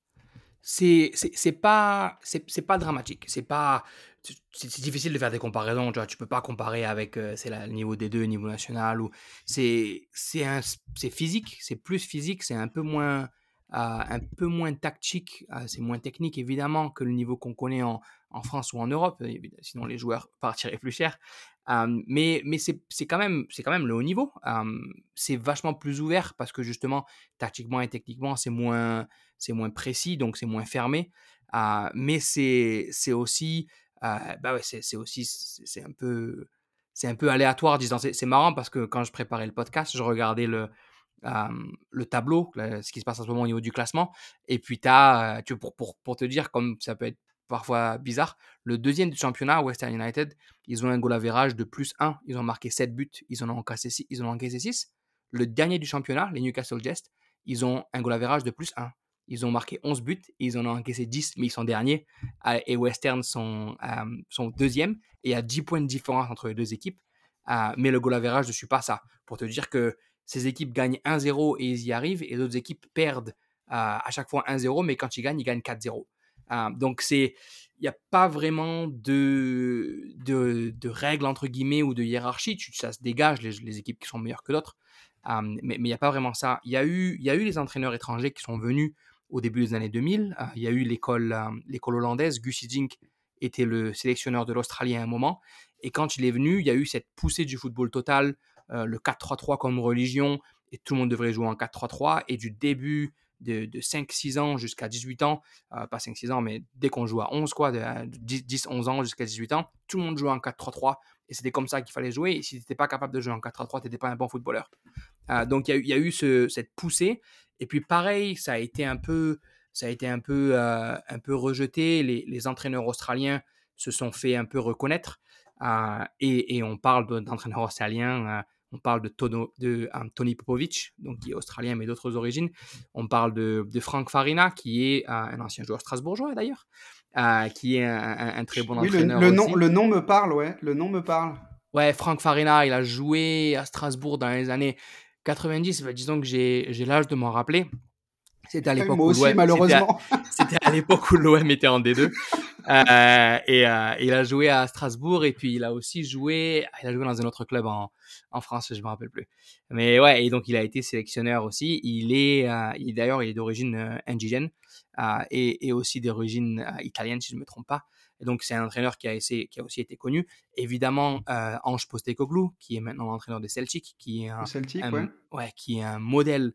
C'est pas dramatique. C'est difficile de faire des comparaisons. Tu vois, tu peux pas comparer avec le niveau des deux, niveau national. Ou c'est physique, c'est plus physique, c'est un peu moins tactique, c'est moins technique évidemment que le niveau qu'on connaît en France ou en Europe. Sinon les joueurs partiraient plus cher. Mais c'est quand même le haut niveau. C'est vachement plus ouvert parce que justement tactiquement et techniquement c'est moins précis, donc c'est moins fermé. Mais c'est aussi, bah ouais, c'est aussi, c'est un peu aléatoire. Disons, c'est marrant parce que quand je préparais le podcast, je regardais le tableau, ce qui se passe en ce moment au niveau du classement. Et puis, pour te dire, comme ça peut être parfois bizarre, le deuxième du championnat, Western United, ils ont un goal average de plus 1. Ils ont marqué 7 buts, ils en ont encaissé 6. Le dernier du championnat, les Newcastle Jets, ils ont un goal average de plus 1. Ils ont marqué 11 buts et ils en ont encaissé 10, mais ils sont derniers. Et Western sont deuxième. Et il y a 10 points de différence entre les deux équipes. Mais le goal average ne suit pas ça. Pour te dire que ces équipes gagnent 1-0 et ils y arrivent, et d'autres équipes perdent à chaque fois 1-0, mais quand ils gagnent 4-0. Donc, il n'y a pas vraiment de règles, entre guillemets, ou de hiérarchie. Ça se dégage, les équipes qui sont meilleures que d'autres. Mais il n'y a pas vraiment ça. Il y a eu les entraîneurs étrangers qui sont venus au début des années 2000. Il y a eu l'école hollandaise. Gus Hiddink était le sélectionneur de l'Australie à un moment. Et quand il est venu, il y a eu cette poussée du football total, le 4-3-3 comme religion, et tout le monde devrait jouer en 4-3-3. Et du début de 5-6 ans jusqu'à 18 ans, pas 5-6 ans, mais dès qu'on joue à 11, quoi, de 10-11 ans jusqu'à 18 ans, tout le monde jouait en 4-3-3. Et c'était comme ça qu'il fallait jouer. Et si tu n'étais pas capable de jouer en 4-3-3, tu n'étais pas un bon footballeur. Donc il y a eu cette poussée. Et puis pareil, ça a été un peu rejeté. Les entraîneurs australiens se sont fait un peu reconnaître. Et on parle d'entraîneurs australiens. On parle Tony Popovic, donc qui est australien mais d'autres origines. On parle de Frank Farina, qui est un ancien joueur strasbourgeois d'ailleurs, qui est un très bon Oui, entraîneur aussi. le nom me parle, ouais, le nom me parle. Ouais, Franck Farina, il a joué à Strasbourg dans les années 90. Bah, disons que j'ai l'âge de m'en rappeler. C'était à l'époque Moi où aussi, l'OM c'était à malheureusement. c'était à l'époque où l'OM était en D2. Il a joué à Strasbourg et puis il a joué dans un autre club en France, je me rappelle plus. Mais ouais, et donc il a été sélectionneur aussi. D'ailleurs, il est d'origine indigène et aussi d'origine italienne, si je ne me trompe pas. Et donc c'est un entraîneur qui a aussi été connu. Évidemment, Ange Postecoglou, qui est maintenant l'entraîneur des Celtic, Au Celtic, ouais. ouais, qui est un modèle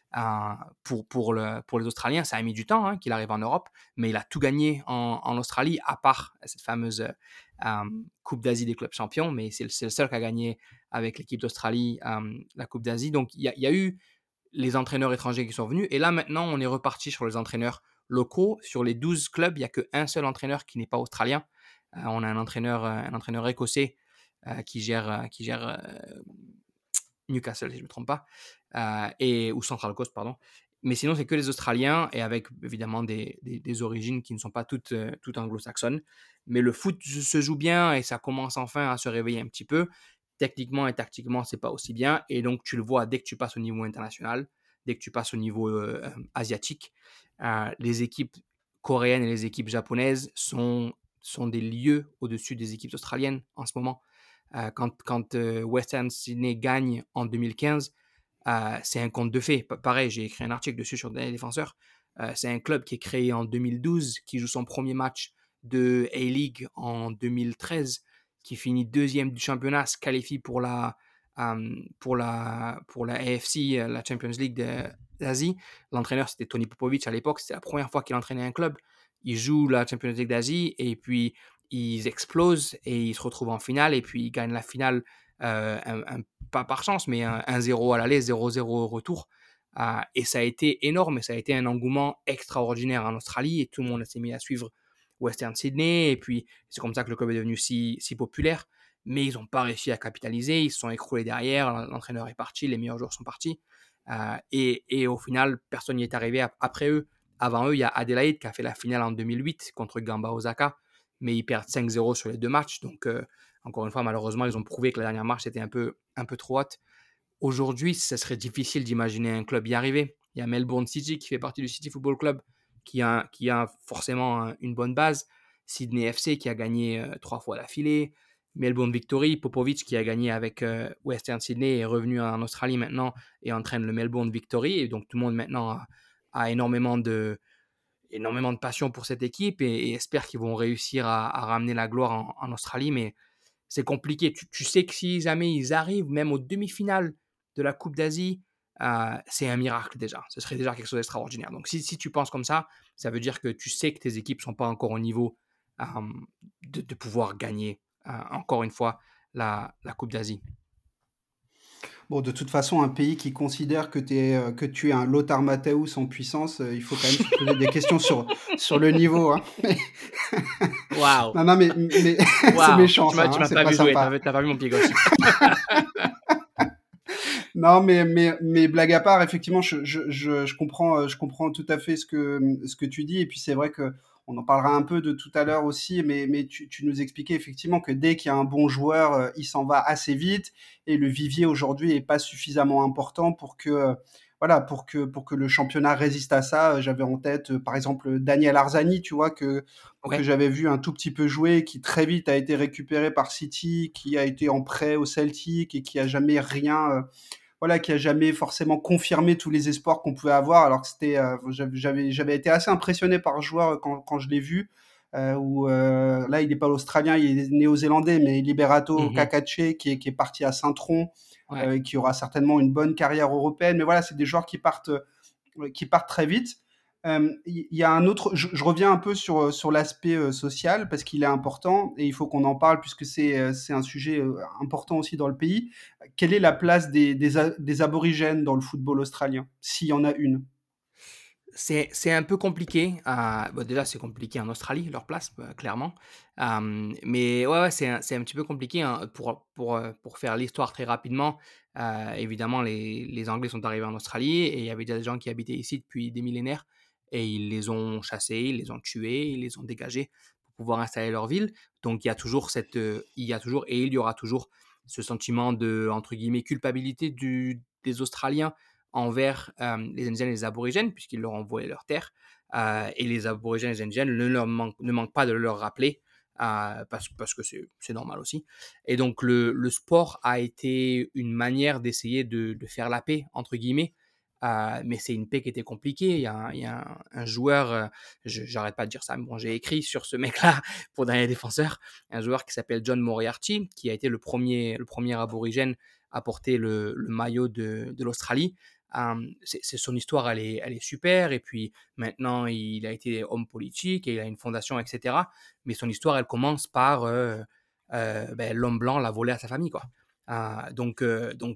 pour les Australiens. Ça a mis du temps qu'il arrive en Europe, mais il a tout gagné en Australie, à part cette fameuse Coupe d'Asie des clubs champions, mais c'est le seul qui a gagné avec l'équipe d'Australie la Coupe d'Asie. Donc il y a eu les entraîneurs étrangers qui sont venus, et là maintenant on est reparti sur les entraîneurs locaux. Sur les 12 clubs, il n'y a qu'un seul entraîneur qui n'est pas australien. On a un entraîneur écossais qui gère Newcastle, si je ne me trompe pas, ou Central Coast, pardon. Mais sinon, c'est que les Australiens et avec évidemment des origines qui ne sont pas toutes anglo-saxonnes. Mais le foot se joue bien et ça commence enfin à se réveiller un petit peu. Techniquement et tactiquement, c'est pas aussi bien. Et donc, tu le vois dès que tu passes au niveau international, dès que tu passes au niveau asiatique, les équipes coréennes et les équipes japonaises sont des lieux au-dessus des équipes australiennes en ce moment. Quand Western Sydney gagne en 2015, c'est un conte de fées. Pareil, j'ai écrit un article dessus sur les défenseurs. C'est un club qui est créé en 2012, qui joue son premier match de A-League en 2013, qui finit deuxième du championnat, se qualifie pour la AFC, la Champions League d'Asie. L'entraîneur, c'était Tony Popovic à l'époque. C'était la première fois qu'il entraînait un club. Il joue la Champions League d'Asie et puis ils explosent et ils se retrouvent en finale et puis ils gagnent la finale, pas par chance, mais 1-0 à l'aller, 0-0 au retour. Et ça a été énorme et ça a été un engouement extraordinaire en Australie et tout le monde s'est mis à suivre Western Sydney. Et puis c'est comme ça que le club est devenu si populaire. Mais ils n'ont pas réussi à capitaliser, ils se sont écroulés derrière, l'entraîneur est parti, les meilleurs joueurs sont partis. Et au final, personne n'y est arrivé après eux. Avant eux, il y a Adelaide qui a fait la finale en 2008 contre Gamba Osaka, mais ils perdent 5-0 sur les deux matchs. Donc, encore une fois, malheureusement, ils ont prouvé que la dernière marche était un peu trop haute. Aujourd'hui, ça serait difficile d'imaginer un club y arriver. Il y a Melbourne City qui fait partie du City Football Club, qui a forcément une bonne base. Sydney FC qui a gagné 3 fois d'affilée. Melbourne Victory, Popovic qui a gagné avec Western Sydney est revenu en Australie maintenant et entraîne le Melbourne Victory. Et donc tout le monde maintenant a énormément de passion pour cette équipe et espère qu'ils vont réussir à ramener la gloire en Australie. Mais c'est compliqué. Tu sais que si jamais ils arrivent même aux demi-finales de la Coupe d'Asie, c'est un miracle déjà. Ce serait déjà quelque chose d'extraordinaire. Donc si tu penses comme ça veut dire que tu sais que tes équipes ne sont pas encore au niveau euh, de pouvoir gagner encore une fois la Coupe d'Asie. Bon, de toute façon, un pays qui considère que tu es un Lothar Matthäus en puissance, il faut quand même se poser des questions sur le niveau, hein. Waouh, Non, non, mais c'est waouh, méchant tu ça, m'as, tu hein, m'as c'est pas pas vu jouer, sympa. t'as pas vu mon pied gauche. Non, mais blague à part, effectivement, je comprends tout à fait ce que tu dis. Et puis c'est vrai que on en parlera un peu de tout à l'heure aussi, mais tu nous expliquais effectivement que dès qu'il y a un bon joueur, il s'en va assez vite. Et le vivier aujourd'hui est pas suffisamment important pour que, voilà, pour que le championnat résiste à ça. J'avais en tête, par exemple, Daniel Arzani, tu vois, que Ouais. j'avais vu un tout petit peu jouer, qui très vite a été récupéré par City, qui a été en prêt au Celtic et qui a jamais rien, voilà, qui a jamais forcément confirmé tous les espoirs qu'on pouvait avoir. Alors que j'avais été assez impressionné par le joueur quand je l'ai vu. Là, il n'est pas australien, il est néo-zélandais, mais Liberato Mhm. Kakache, qui est parti à Saint-Tron, Ouais. qui aura certainement une bonne carrière européenne. Mais voilà, c'est des joueurs qui partent très vite. Il y a un autre, je reviens un peu sur l'aspect social parce qu'il est important et il faut qu'on en parle puisque c'est un sujet important aussi dans le pays. Quelle est la place des aborigènes dans le football australien, s'il y en a une? C'est un peu compliqué. Bon, déjà, c'est compliqué en Australie, leur place, clairement. Mais ouais, ouais, c'est un petit peu compliqué hein, pour faire l'histoire très rapidement. Évidemment, les Anglais sont arrivés en Australie et il y avait déjà des gens qui habitaient ici depuis des millénaires et ils les ont chassés, ils les ont tués, ils les ont dégagés pour pouvoir installer leur ville. Donc, il y a toujours et il y aura toujours ce sentiment de, entre guillemets, culpabilité des Australiens envers les Indiens et les Aborigènes, puisqu'ils leur ont volé leurs terres. Et les Aborigènes et les Indiens ne manquent pas de le leur rappeler, parce que c'est normal aussi. Et donc le sport a été une manière d'essayer de faire la paix, entre guillemets. Mais c'est une paix qui était compliquée. Il y a un joueur, j'arrête pas de dire ça, mais bon, j'ai écrit sur ce mec-là pour Dernier Défenseur, un joueur qui s'appelle John Moriarty, qui a été le premier aborigène à porter le maillot de l'Australie. Son histoire, elle est super. Et puis maintenant, il a été homme politique et il a une fondation, etc. Mais son histoire, elle commence par l'homme blanc l'a volé à sa famille, quoi. Donc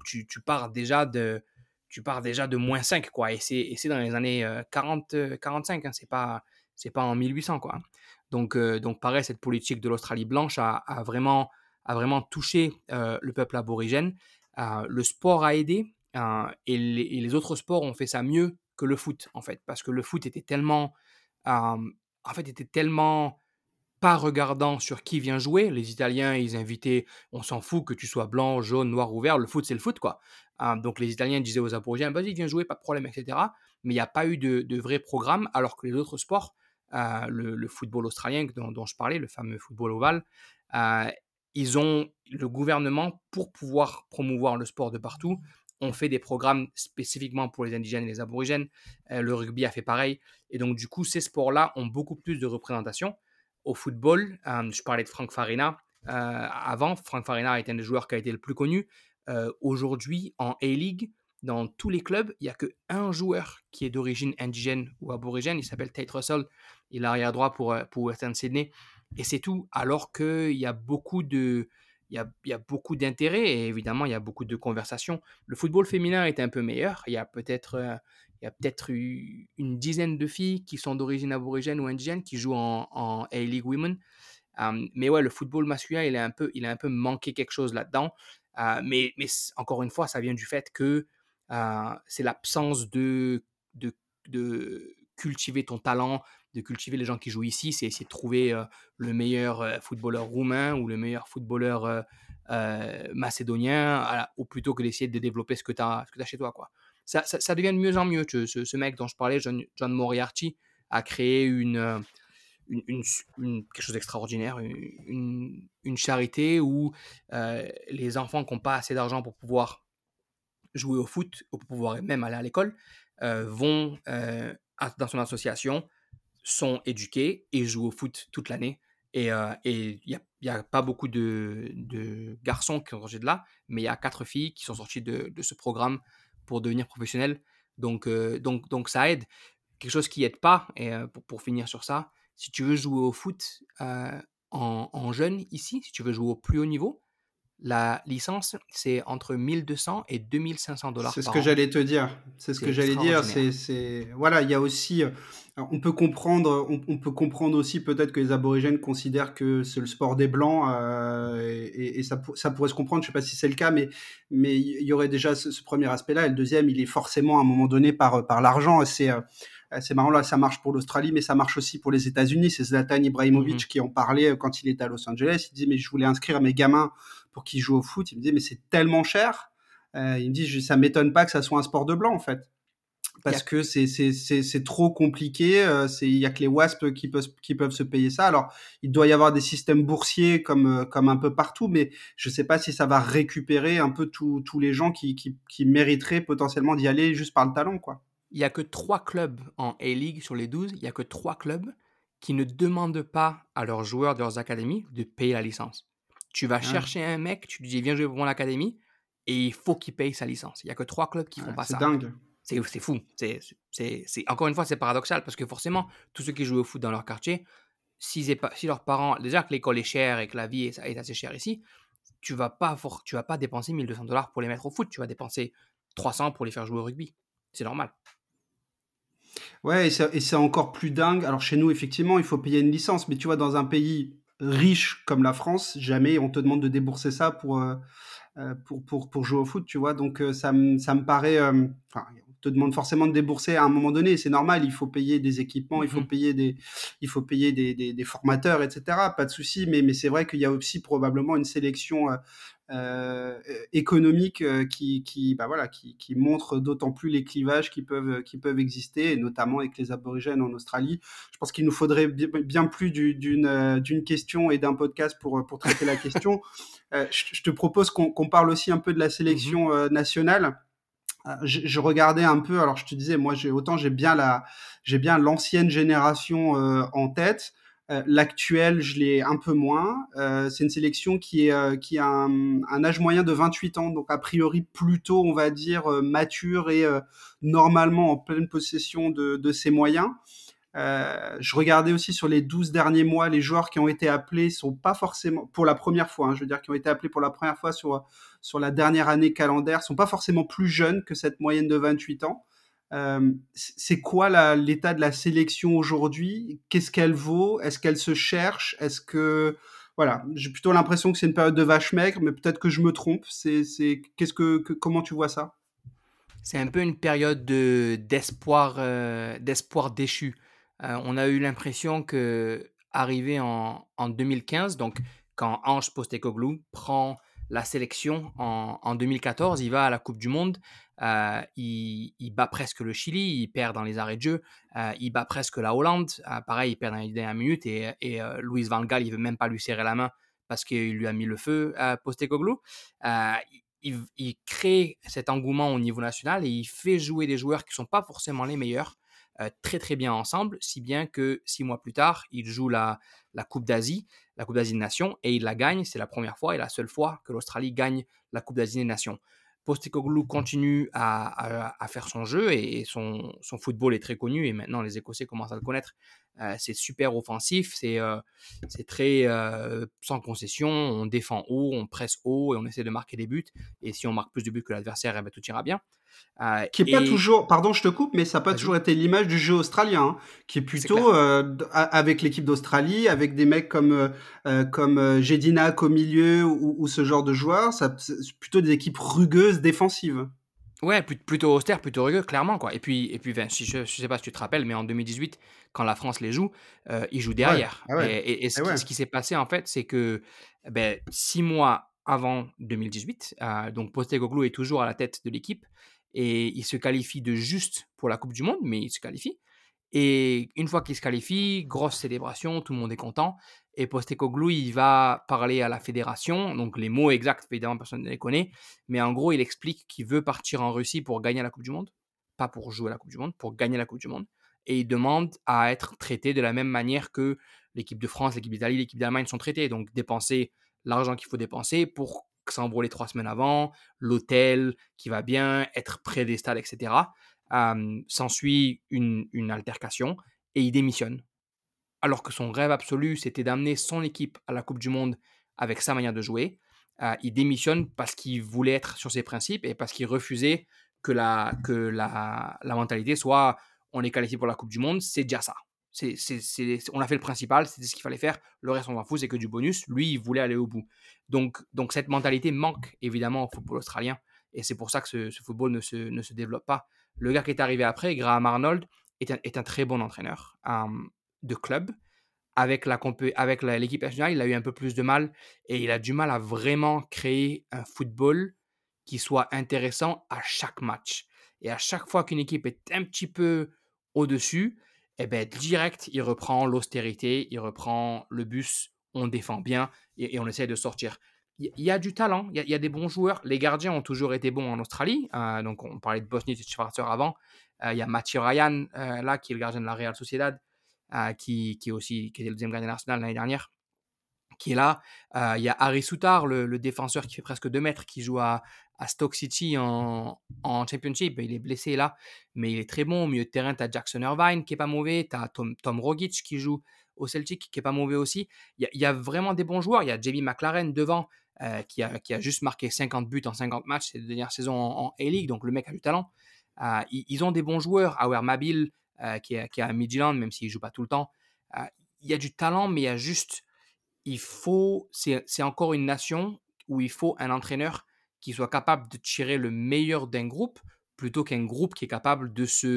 tu pars déjà de -5, quoi. Et c'est dans les années 45, hein, c'est pas en 1800, quoi. Donc pareil, cette politique de l'Australie blanche a vraiment touché le peuple aborigène. Le sport a aidé, et les autres sports ont fait ça mieux que le foot, en fait, parce que le foot était tellement pas regardant sur qui vient jouer. Les Italiens, ils invitaient, on s'en fout que tu sois blanc, jaune, noir ou vert, le foot, c'est le foot, quoi. Donc les Italiens disaient aux Aborigènes, vas-y, viens jouer, pas de problème, etc. Mais il n'y a pas eu de vrai programme, alors que les autres sports, le football australien dont je parlais, le fameux football ovale, euh, le gouvernement, pour pouvoir promouvoir le sport de partout, ont fait des programmes spécifiquement pour les indigènes et les aborigènes. Le rugby a fait pareil. Et donc, du coup, ces sports-là ont beaucoup plus de représentation. Au football, je parlais de Frank Farina avant. Frank Farina est un des joueurs qui a été le plus connu. Aujourd'hui, en A-League, dans tous les clubs, il n'y a qu'un joueur qui est d'origine indigène ou aborigène. Il s'appelle Tate Russell. Il est arrière droit pour Western Sydney. Et c'est tout. Alors qu'il y a beaucoup il y a beaucoup d'intérêt et évidemment, il y a beaucoup de conversations. Le football féminin est un peu meilleur. Il y a peut-être une dizaine de filles qui sont d'origine aborigène ou indigène qui jouent en A-League Women. Mais ouais, le football masculin, il a un peu manqué quelque chose là-dedans. Mais encore une fois, ça vient du fait que c'est l'absence de cultiver ton talent, de cultiver les gens qui jouent ici. C'est essayer de trouver le meilleur footballeur roumain ou le meilleur footballeur macédonien, ou plutôt que d'essayer de développer ce que tu as chez toi, quoi. Ça devient de mieux en mieux. Ce mec dont je parlais, John Moriarty, a créé quelque chose d'extraordinaire, une charité où les enfants qui n'ont pas assez d'argent pour pouvoir jouer au foot, ou pour pouvoir même aller à l'école, vont dans son association, sont éduqués et jouent au foot toute l'année. Et il y a pas beaucoup de garçons qui ont sorti de là, mais il y a 4 filles qui sont sorties de ce programme pour devenir professionnelles. Donc ça aide. Quelque chose qui aide pas, et pour finir sur ça, si tu veux jouer au foot en jeune ici, si tu veux jouer au plus haut niveau, la licence, c'est entre 1200 et 2500 dollars C'est ce par que an. j'allais te dire. C'est ce C'est que j'allais dire. extraordinaire. Voilà, il y a aussi. Alors, on peut comprendre aussi peut-être que les aborigènes considèrent que c'est le sport des blancs, et ça pourrait se comprendre. Je sais pas si c'est le cas, mais il y aurait déjà ce premier aspect-là. Et le deuxième, il est forcément à un moment donné par l'argent. C'est marrant là, ça marche pour l'Australie, mais ça marche aussi pour les États-Unis. C'est Zlatan Mhm. Ibrahimovic qui en parlait quand il était à Los Angeles. Il disait mais je voulais inscrire mes gamins pour qu'ils jouent au foot. Il me disait mais c'est tellement cher. Il me dit, ça m'étonne pas que ça soit un sport de blanc, en fait. Il y Parce a, que c'est trop compliqué. Il y a que les WASP qui peuvent se payer ça. Alors, il doit y avoir des systèmes boursiers comme un peu partout, mais je sais pas si ça va récupérer un peu tous les gens qui mériteraient potentiellement d'y aller juste par le talent, quoi. il y a que 3 clubs en A-League sur les 12. Il y a que 3 clubs qui ne demandent pas à leurs joueurs de leurs académies de payer la licence. Tu vas Ouais, chercher un mec, tu lui dis viens jouer pour mon académie, et il faut qu'il paye sa licence. Il y a que 3 clubs qui font ouais, pas c'est ça. dingue. C'est fou. Encore une fois, c'est paradoxal parce que forcément, tous ceux qui jouent au foot dans leur quartier, si leurs parents, déjà que l'école est chère et que la vie est assez chère ici, tu vas pas dépenser 1200 dollars pour les mettre au foot. Tu vas dépenser 300 pour les faire jouer au rugby. C'est normal. Ouais, et c'est encore plus dingue. Alors chez nous, effectivement, il faut payer une licence, mais tu vois, dans un pays riche comme la France, jamais on te demande de débourser ça pour jouer au foot, tu vois. Donc ça me paraît. Enfin, on te demande forcément de débourser à un moment donné, c'est normal. Il faut payer des équipements, Mhm. il faut payer des formateurs, etc. Pas de souci, mais c'est vrai qu'il y a aussi probablement une sélection économiques qui montrent d'autant plus les clivages qui peuvent exister, et notamment avec les aborigènes en Australie. Je pense qu'il nous faudrait bien plus d'une question et d'un podcast pour traiter la question. Je te propose qu'on parle aussi un peu de la Mhm. sélection nationale. Je regardais un peu, alors je te disais, moi j'ai bien l'ancienne génération en tête. L'actuelle, je l'ai un peu moins. C'est une sélection qui a un âge moyen de 28 ans, donc a priori plutôt, on va dire, mature et normalement en pleine possession de ses moyens. Je regardais aussi sur les 12 derniers mois, les joueurs qui ont été appelés sont pas forcément, pour la première fois, hein, je veux dire, qui ont été appelés pour la première fois sur la dernière année calendaire, sont pas forcément plus jeunes que cette moyenne de 28 ans. C'est quoi l'état de la sélection aujourd'hui? Qu'est-ce qu'elle vaut? Est-ce qu'elle se cherche? Est-ce que, voilà, j'ai plutôt l'impression que c'est une période de vache maigre, mais peut-être que je me trompe. Comment tu vois ça? C'est un peu une période d'espoir déchu. On a eu l'impression que, arrivé en 2015, donc quand Ange Postecoglou prend la sélection en 2014, il va à la Coupe du Monde, il bat presque le Chili, il perd dans les arrêts de jeu, il bat presque la Hollande, pareil, il perd dans les dernières minutes, et Louis van Gaal, il veut même pas lui serrer la main parce qu'il lui a mis le feu à Postecoglou. Il crée cet engouement au niveau national et il fait jouer des joueurs qui ne sont pas forcément les meilleurs très très bien ensemble, si bien que 6 mois plus tard, il joue la Coupe d'Asie, la Coupe d'Asie des Nations, et il la gagne. C'est la première fois et la seule fois que l'Australie gagne la Coupe d'Asie des Nations. Postecoglou continue à faire son jeu et son football est très connu et maintenant les Écossais commencent à le connaître. C'est super offensif, c'est très sans concession, on défend haut, on presse haut et on essaie de marquer des buts. Et si on marque plus de buts que l'adversaire, eh ben, tout ira bien. Qui est pas Et toujours, pardon, je te coupe, mais ça n'a pas toujours vas-y, été l'image du jeu australien, hein, qui est c'est plutôt clair. avec l'équipe d'Australie, avec des mecs comme Jedinak au milieu ou ce genre de joueurs, c'est plutôt des équipes rugueuses défensives. Ouais, plutôt austère, plutôt rugueux, clairement, quoi. Et puis ben, si je sais pas si tu te rappelles, mais en 2018, quand la France les joue, ils jouent Ouais, derrière. ah ouais, Et ah ouais. ce qui s'est passé, en fait, c'est que ben, 6 mois avant 2018, donc Postecoglou est toujours à la tête de l'équipe et il se qualifie de juste pour la Coupe du Monde, mais il se qualifie. Et une fois qu'il se qualifie, grosse célébration, tout le monde est content. Et Postecoglou, il va parler à la fédération. Donc les mots exacts, évidemment, personne ne les connaît. Mais en gros, il explique qu'il veut partir en Russie pour gagner la Coupe du Monde. Pas pour jouer à la Coupe du Monde, pour gagner la Coupe du Monde. Et il demande à être traité de la même manière que l'équipe de France, l'équipe d'Italie, l'équipe d'Allemagne sont traitées. Donc dépenser l'argent qu'il faut dépenser pour s'envoler 3 semaines avant, l'hôtel qui va bien, être près des stades, etc. S'ensuit une altercation et il démissionne. Alors que son rêve absolu, c'était d'amener son équipe à la Coupe du Monde avec sa manière de jouer. Il démissionne parce qu'il voulait être sur ses principes et parce qu'il refusait que la mentalité soit on est qualifié pour la Coupe du Monde, c'est déjà ça. On a fait le principal, c'était ce qu'il fallait faire. Le reste, on s'en fout, c'est que du bonus. Lui, il voulait aller au bout. Donc cette mentalité manque évidemment au football australien. Et c'est pour ça que ce football ne se développe pas. Le gars qui est arrivé après, Graham Arnold, est un très bon entraîneur de club. Avec l'équipe nationale, il a eu un peu plus de mal et il a du mal à vraiment créer un football qui soit intéressant à chaque match. Et à chaque fois qu'une équipe est un petit peu au-dessus, eh ben, direct, il reprend l'austérité, il reprend le bus, on défend bien et on essaie de sortir. Il y a du talent, il y a des bons joueurs. Les gardiens ont toujours été bons en Australie. Donc, on parlait de Bosnich et Schwarzer avant. Il y a Mathieu Ryan, là, qui est le gardien de la Real Sociedad, qui était le deuxième gardien d'Arsenal l'année dernière, qui est là. Il y a Harry Souttar, le défenseur qui fait presque 2 mètres, qui joue à Stoke City en Championship. Il est blessé là, mais il est très bon. Au milieu de terrain, tu as Jackson Irvine qui est pas mauvais. Tu as Tom Rogic qui joue au Celtic, qui est pas mauvais aussi. Il y a vraiment des bons joueurs. Il y a Jamie McLaren devant, qui a juste marqué 50 buts en 50 matchs ces dernières saisons en A-League. Donc le mec a du talent. Ils ont des bons joueurs. Awer Mabil, qui est à Midtjylland, même s'il ne joue pas tout le temps. Euh, il y a du talent, mais il y a juste c'est encore une nation où il faut un entraîneur qui soit capable de tirer le meilleur d'un groupe plutôt qu'un groupe qui est capable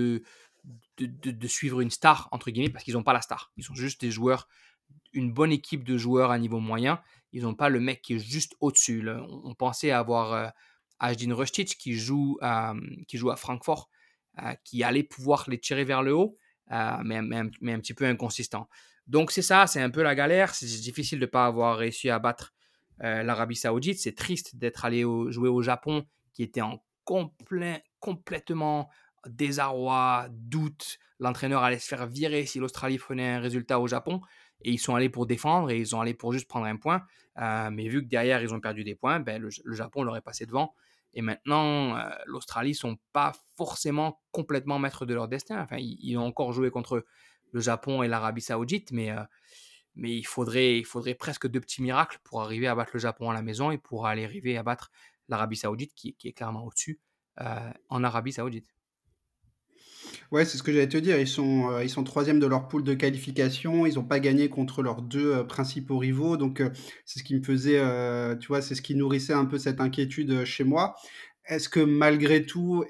de suivre une star, entre guillemets, parce qu'ils n'ont pas la star. Ils sont juste des joueurs, une bonne équipe de joueurs à niveau moyen Ils n'ont pas le mec qui est juste au-dessus. On pensait avoir Ajdin Rustic qui joue à Francfort, qui allait pouvoir les tirer vers le haut, mais un petit peu inconsistant. Donc c'est ça, c'est un peu la galère. C'est difficile de ne pas avoir réussi à battre l'Arabie Saoudite. C'est triste d'être allé jouer au Japon, qui était en complètement désarroi, doute. L'entraîneur allait se faire virer si l'Australie prenait un résultat au Japon. Et ils sont allés pour défendre et ils sont allés pour juste prendre un point. Mais vu que derrière, ils ont perdu des points, ben, le Japon leur est passé devant. Et maintenant, l'Australie ne sont pas forcément complètement maîtres de leur destin. Enfin, ils ont encore joué contre le Japon et l'Arabie Saoudite, mais il faudrait presque deux petits miracles pour arriver à battre le Japon à la maison et pour aller arriver à battre l'Arabie Saoudite, qui est clairement au-dessus, en Arabie Saoudite. Ouais, c'est ce que j'allais te dire. Ils sont troisième de leur poule de qualification. Ils n'ont pas gagné contre leurs deux principaux rivaux. Donc, c'est ce qui me faisait, tu vois, c'est ce qui nourrissait un peu cette inquiétude chez moi. Est-ce que malgré tout,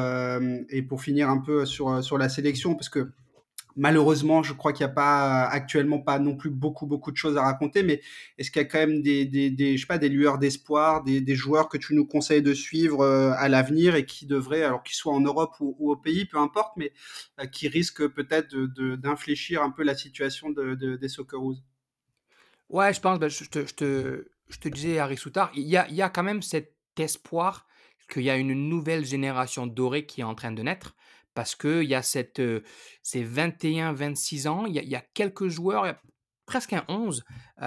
et pour finir un peu sur la sélection, parce que malheureusement, je crois qu'il n'y a pas actuellement pas non plus beaucoup de choses à raconter, mais est-ce qu'il y a quand même je sais pas, des lueurs d'espoir, des joueurs que tu nous conseilles de suivre à l'avenir et qui devraient, alors qu'ils soient en Europe ou au pays, peu importe, mais qui risquent peut-être d'infléchir un peu la situation des Socceroos? Ouais, je pense, bah, je te disais, Harry Souttar, il y a quand même cet espoir qu'il y a une nouvelle génération dorée qui est en train de naître, parce qu'il y a ces 21-26 ans, il y a quelques joueurs, il y a presque un 11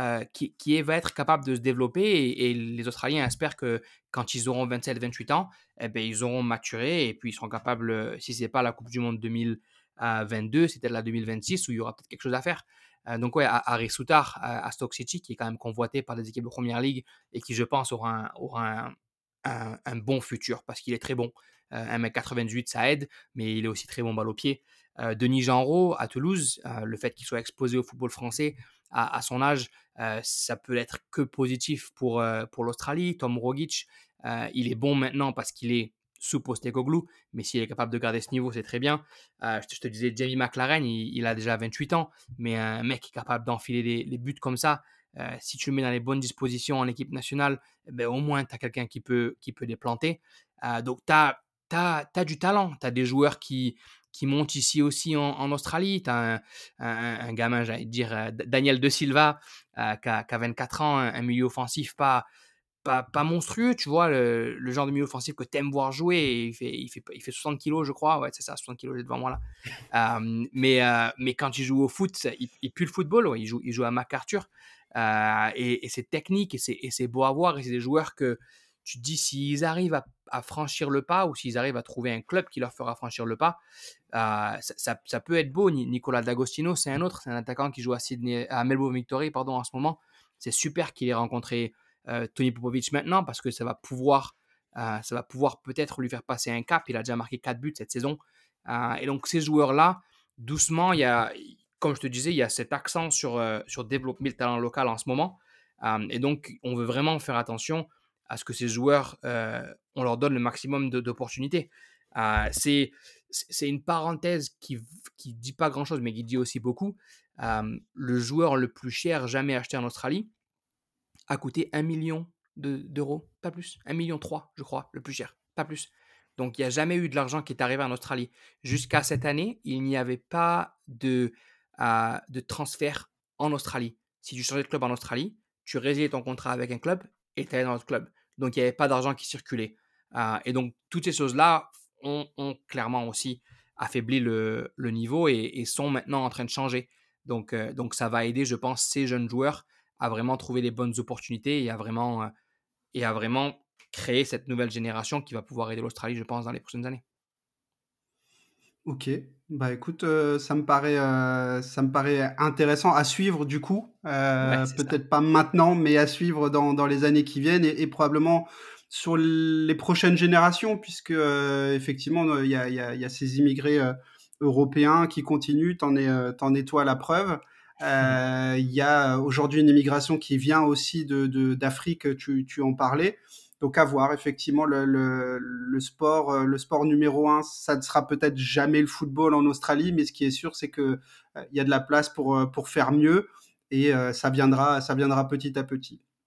va être capable de se développer, et les Australiens espèrent que quand ils auront 27-28 ans, eh ben, ils auront maturé et puis ils seront capables, si ce n'est pas la Coupe du Monde 2022, c'est peut-être la 2026 où il y aura peut-être quelque chose à faire. Donc ouais, Harry Souttar à Stoke City, qui est quand même convoité par les équipes de Première Ligue et qui, je pense, aura un bon futur parce qu'il est très bon. 1,88 m, ça aide, mais il est aussi très bon balle au pied. Denis Genreau à Toulouse, le fait qu'il soit exposé au football français à son âge, ça peut être que positif pour l'Australie. Tom Rogic, il est bon maintenant parce qu'il est sous Postecoglou, mais s'il est capable de garder ce niveau, c'est très bien. Je te disais, Jamie McLaren, il a déjà 28 ans, mais un mec qui est capable d'enfiler les buts comme ça, si tu le mets dans les bonnes dispositions en équipe nationale, ben, au moins tu as quelqu'un qui peut les planter. Donc tu as du talent, tu as des joueurs qui montent ici aussi en Australie. Tu as un gamin, j'allais dire, Daniel De Silva, qui a 24 ans, un milieu offensif pas monstrueux, tu vois, le genre de milieu offensif que tu aimes voir jouer. Il fait 60 kilos, je crois. Ouais, c'est ça, 60 kilos, j'ai devant moi là. Mais quand il joue au foot, il pue le football. Ouais, il joue à MacArthur. Et c'est technique et c'est beau à voir. Et c'est des joueurs que tu te dis, s'ils arrivent à franchir le pas ou s'ils arrivent à trouver un club qui leur fera franchir le pas, ça peut être beau. Nicolas D'Agostino, c'est un autre. C'est un attaquant qui joue à Melbourne Victory, pardon, en ce moment. C'est super qu'il ait rencontré Tony Popovic maintenant parce que ça va pouvoir peut-être lui faire passer un cap. Il a déjà marqué 4 buts cette saison. Et donc, ces joueurs-là, doucement, comme je te disais, il y a cet accent sur développer le talent local en ce moment. Et donc, on veut vraiment faire attention à ce que ces joueurs, on leur donne le maximum d'opportunités. C'est une parenthèse qui ne dit pas grand-chose, mais qui dit aussi beaucoup. Le joueur le plus cher jamais acheté en Australie a coûté 1 million d'euros, pas plus. 1,3 million, je crois, le plus cher, pas plus. Donc, il n'y a jamais eu de l'argent qui est arrivé en Australie. Jusqu'à cette année, il n'y avait pas de transfert en Australie. Si tu changeais de club en Australie, tu résiliais ton contrat avec un club et tu allais dans l'autre club. Donc, il n'y avait pas d'argent qui circulait. Et donc, toutes ces choses-là ont clairement aussi affaibli le niveau et sont maintenant en train de changer. Donc, ça va aider, je pense, ces jeunes joueurs à vraiment trouver les bonnes opportunités et à vraiment créer cette nouvelle génération qui va pouvoir aider l'Australie, je pense, dans les prochaines années. OK. Bah, écoute, ça me paraît intéressant à suivre du coup, Ouais, c'est ça. peut-être pas maintenant, mais à suivre dans les années qui viennent et probablement sur les prochaines générations puisque, effectivement, il y a ces immigrés, européens qui continuent. Tu es toi la preuve. Il y a aujourd'hui une immigration qui vient aussi d'Afrique, tu en parlais. Donc à voir, effectivement, le sport numéro un, ça ne sera peut-être jamais le football en Australie, mais ce qui est sûr, c'est que il y a de la place pour faire mieux et ça viendra petit à petit.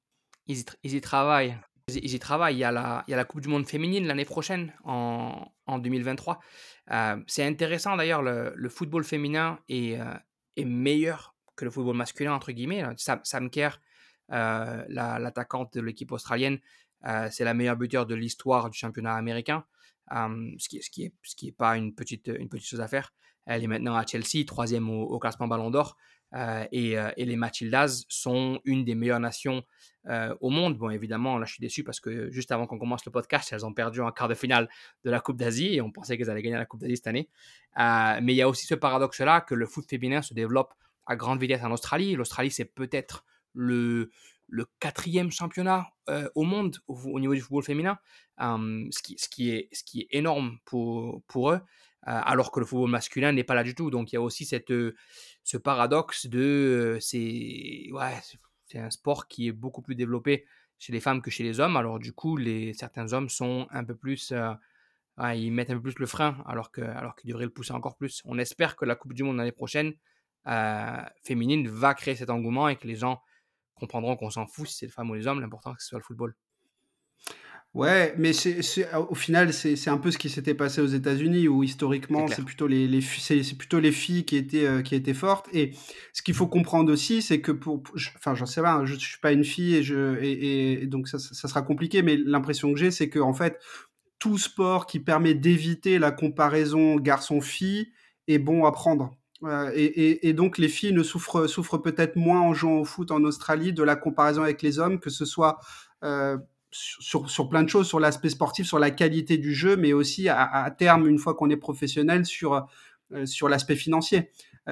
Ils y travaillent. Ils y travaillent. Il y a la coupe du monde féminine l'année prochaine en 2023. C'est intéressant d'ailleurs le football féminin est meilleur que le football masculin entre guillemets, là. Sam Kerr, l'attaquante de l'équipe australienne, c'est la meilleure buteur de l'histoire du championnat américain, ce qui est pas une petite chose à faire. Elle est maintenant à Chelsea, 3e au classement Ballon d'or, et les Matildas sont une des meilleures nations au monde. Bon, évidemment, là, je suis déçu parce que juste avant qu'on commence le podcast, elles ont perdu en quart de finale de la Coupe d'Asie et on pensait qu'elles allaient gagner la Coupe d'Asie cette année. Mais il y a aussi ce paradoxe-là que le foot féminin se développe à grande vitesse en Australie. L'Australie, c'est peut-être le 4e championnat au monde au niveau du football féminin, ce qui est énorme pour eux, alors que le football masculin n'est pas là du tout. Donc il y a aussi ce paradoxe de c'est un sport qui est beaucoup plus développé chez les femmes que chez les hommes. Alors du coup, certains hommes sont un peu plus, ils mettent un peu plus le frein alors qu'ils devraient le pousser encore plus. On espère que la Coupe du monde l'année prochaine féminine va créer cet engouement et que les gens comprendront qu'on s'en fout si c'est les femmes ou les hommes, l'important c'est que ce soit le football. Ouais, mais au final, c'est un peu ce qui s'était passé aux États-Unis où C'est historiquement, c'est clair. plutôt c'est plutôt les filles qui étaient fortes. Et ce qu'il faut comprendre aussi, c'est que enfin, j'en sais pas, hein, je suis pas une fille et donc ça sera compliqué, mais l'impression que j'ai, c'est que en fait, tout sport qui permet d'éviter la comparaison garçon-fille est bon à prendre. Et donc les filles souffrent peut-être moins en jouant au foot en Australie de la comparaison avec les hommes, que ce soit euh, sur plein de choses, sur l'aspect sportif, sur la qualité du jeu, mais aussi à terme, une fois qu'on est professionnel, sur l'aspect financier.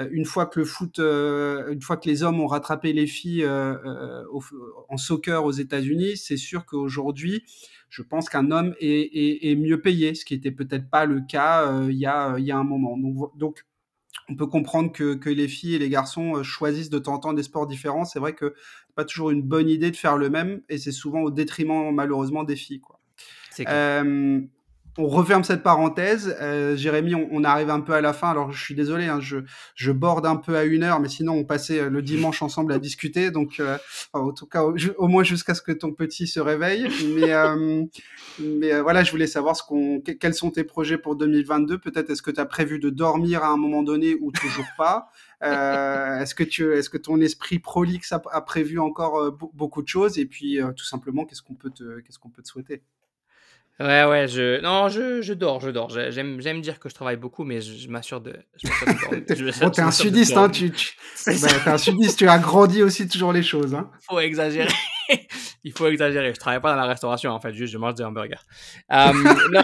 Une fois que les hommes ont rattrapé les filles en soccer aux États-Unis, c'est sûr qu'aujourd'hui, je pense qu'un homme est mieux payé, ce qui était peut-être pas le cas il y a un moment. Donc on peut comprendre que les filles et les garçons choisissent de temps en temps des sports différents. C'est vrai que c'est pas toujours une bonne idée de faire le même, et c'est souvent au détriment malheureusement des filles, quoi. C'est clair. Euh, on referme cette parenthèse. Jérémy, on arrive un peu à la fin. Alors, je suis désolé, hein, je borde un peu à 1 heure, mais sinon, on passait le dimanche ensemble à discuter. Donc, en tout cas, au moins jusqu'à ce que ton petit se réveille. Mais voilà, je voulais savoir quels sont tes projets pour 2022. Peut-être est-ce que tu as prévu de dormir à un moment donné ou toujours pas. Est-ce que ton esprit prolixe a prévu encore beaucoup de choses. Et puis, tout simplement, qu'est-ce qu'on peut te souhaiter? Ouais, ouais, non, je dors, je dors. J'aime dire que je travaille beaucoup, mais je m'assure de dormir. Bon, Je t'es un m'assure de sudiste, hein, dormir. C'est ça. ouais, t'es un sudiste, tu agrandis aussi toujours les choses, hein. Faut exagérer. Il faut exagérer. Je travaille pas dans la restauration, en fait, juste je mange des hamburgers. Non,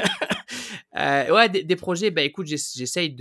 ouais, des projets, bah, écoute, j'essaye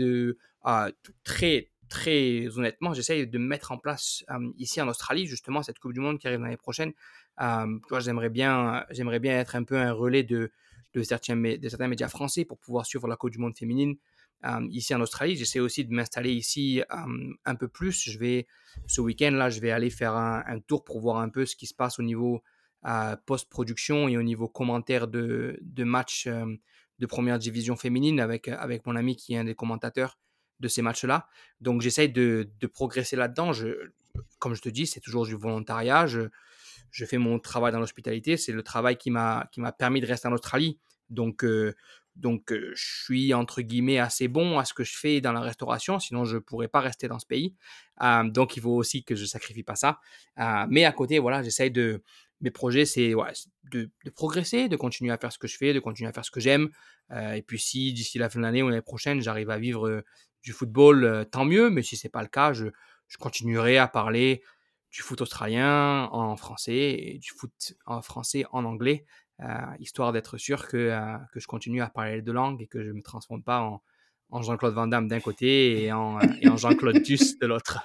très, très honnêtement, j'essaye de mettre en place ici en Australie, justement, cette Coupe du Monde qui arrive l'année prochaine. Tu vois, j'aimerais bien être un peu un relais de certains médias français pour pouvoir suivre la Coupe du Monde féminine ici en Australie. J'essaie aussi de m'installer ici un peu plus. Ce week-end, là, je vais aller faire un tour pour voir un peu ce qui se passe au niveau post-production et au niveau commentaire de matchs de première division féminine avec mon ami qui est un des commentateurs de ces matchs-là. Donc, j'essaye de progresser là-dedans. Comme je te dis, c'est toujours du volontariat. Je fais mon travail dans l'hospitalité. C'est le travail qui m'a permis de rester en Australie. Donc, je suis entre guillemets assez bon à ce que je fais dans la restauration, sinon je ne pourrais pas rester dans ce pays. Donc, il faut aussi que je ne sacrifie pas ça. Mais à côté, voilà, mes projets, c'est ouais, de progresser, de continuer à faire ce que je fais, de continuer à faire ce que j'aime. Et puis, si d'ici la fin de l'année ou l'année prochaine, j'arrive à vivre du football, tant mieux. Mais si ce n'est pas le cas, je continuerai à parler du foot australien en français et du foot en français en anglais, histoire d'être sûr que je continue à parler les deux langues et que je ne me transforme pas en Jean-Claude Van Damme d'un côté et en Jean-Claude Duss de l'autre.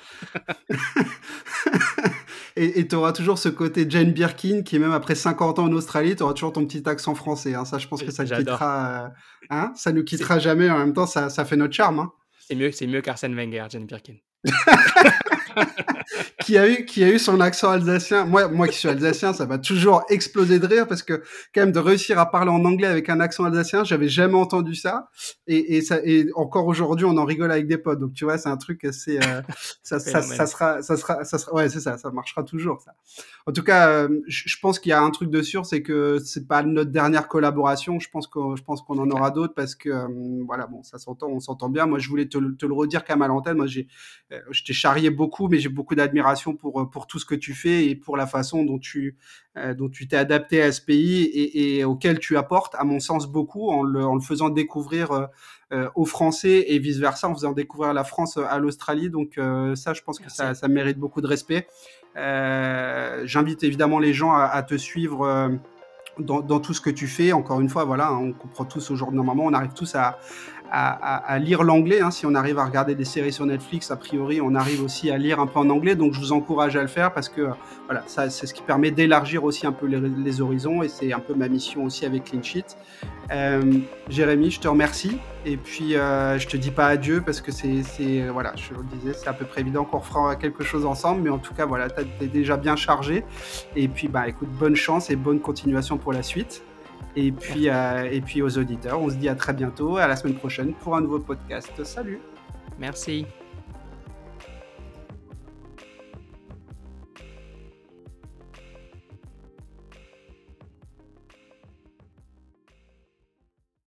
Et tu auras toujours ce côté Jane Birkin qui, même après 50 ans en Australie, tu auras toujours ton petit accent français, hein. Ça, je pense que ça te J'adore. quittera, hein, ça nous C'est, quittera jamais. En même temps, ça fait notre charme, hein. c'est mieux qu'Arsène Wenger, Jane Birkin. qui a eu son accent alsacien. Moi qui suis alsacien, ça m'a toujours explosé de rire parce que quand même de réussir à parler en anglais avec un accent alsacien, j'avais jamais entendu ça. Et encore aujourd'hui, on en rigole avec des potes. Donc tu vois, c'est un truc assez, Phénomène. ça sera, ouais, c'est ça marchera toujours ça. En tout cas, je pense qu'il y a un truc de sûr, c'est que c'est pas notre dernière collaboration. Je pense qu'on C'est en clair. aura d'autres parce que voilà, bon, ça s'entend, on s'entend bien. Moi, je voulais te le redire quand même à l'antenne. Moi, je t'ai charrié beaucoup, mais j'ai beaucoup d'admiration pour tout ce que tu fais et pour la façon dont tu t'es adapté à ce pays et auquel tu apportes, à mon sens, beaucoup en le faisant découvrir aux Français et vice versa, en faisant découvrir la France à l'Australie. Donc ça, je pense que Merci. ça mérite beaucoup de respect. J'invite évidemment les gens à te suivre dans tout ce que tu fais. Encore une fois, voilà, hein, on comprend tous aujourd'hui, normalement, on arrive tous à lire l'anglais. Hein. Si on arrive à regarder des séries sur Netflix, a priori, on arrive aussi à lire un peu en anglais. Donc, je vous encourage à le faire parce que voilà, ça, c'est ce qui permet d'élargir aussi un peu les horizons et c'est un peu ma mission aussi avec Clean Sheet. Jérémy, je te remercie. Et puis, je te dis pas adieu parce que voilà, je le disais, c'est à peu près évident qu'on refera quelque chose ensemble. Mais en tout cas, voilà, t'es déjà bien chargé. Et puis, bah, écoute, bonne chance et bonne continuation pour la suite. Merci. Et puis aux auditeurs, on se dit à très bientôt, à la semaine prochaine pour un nouveau podcast. Salut! Merci.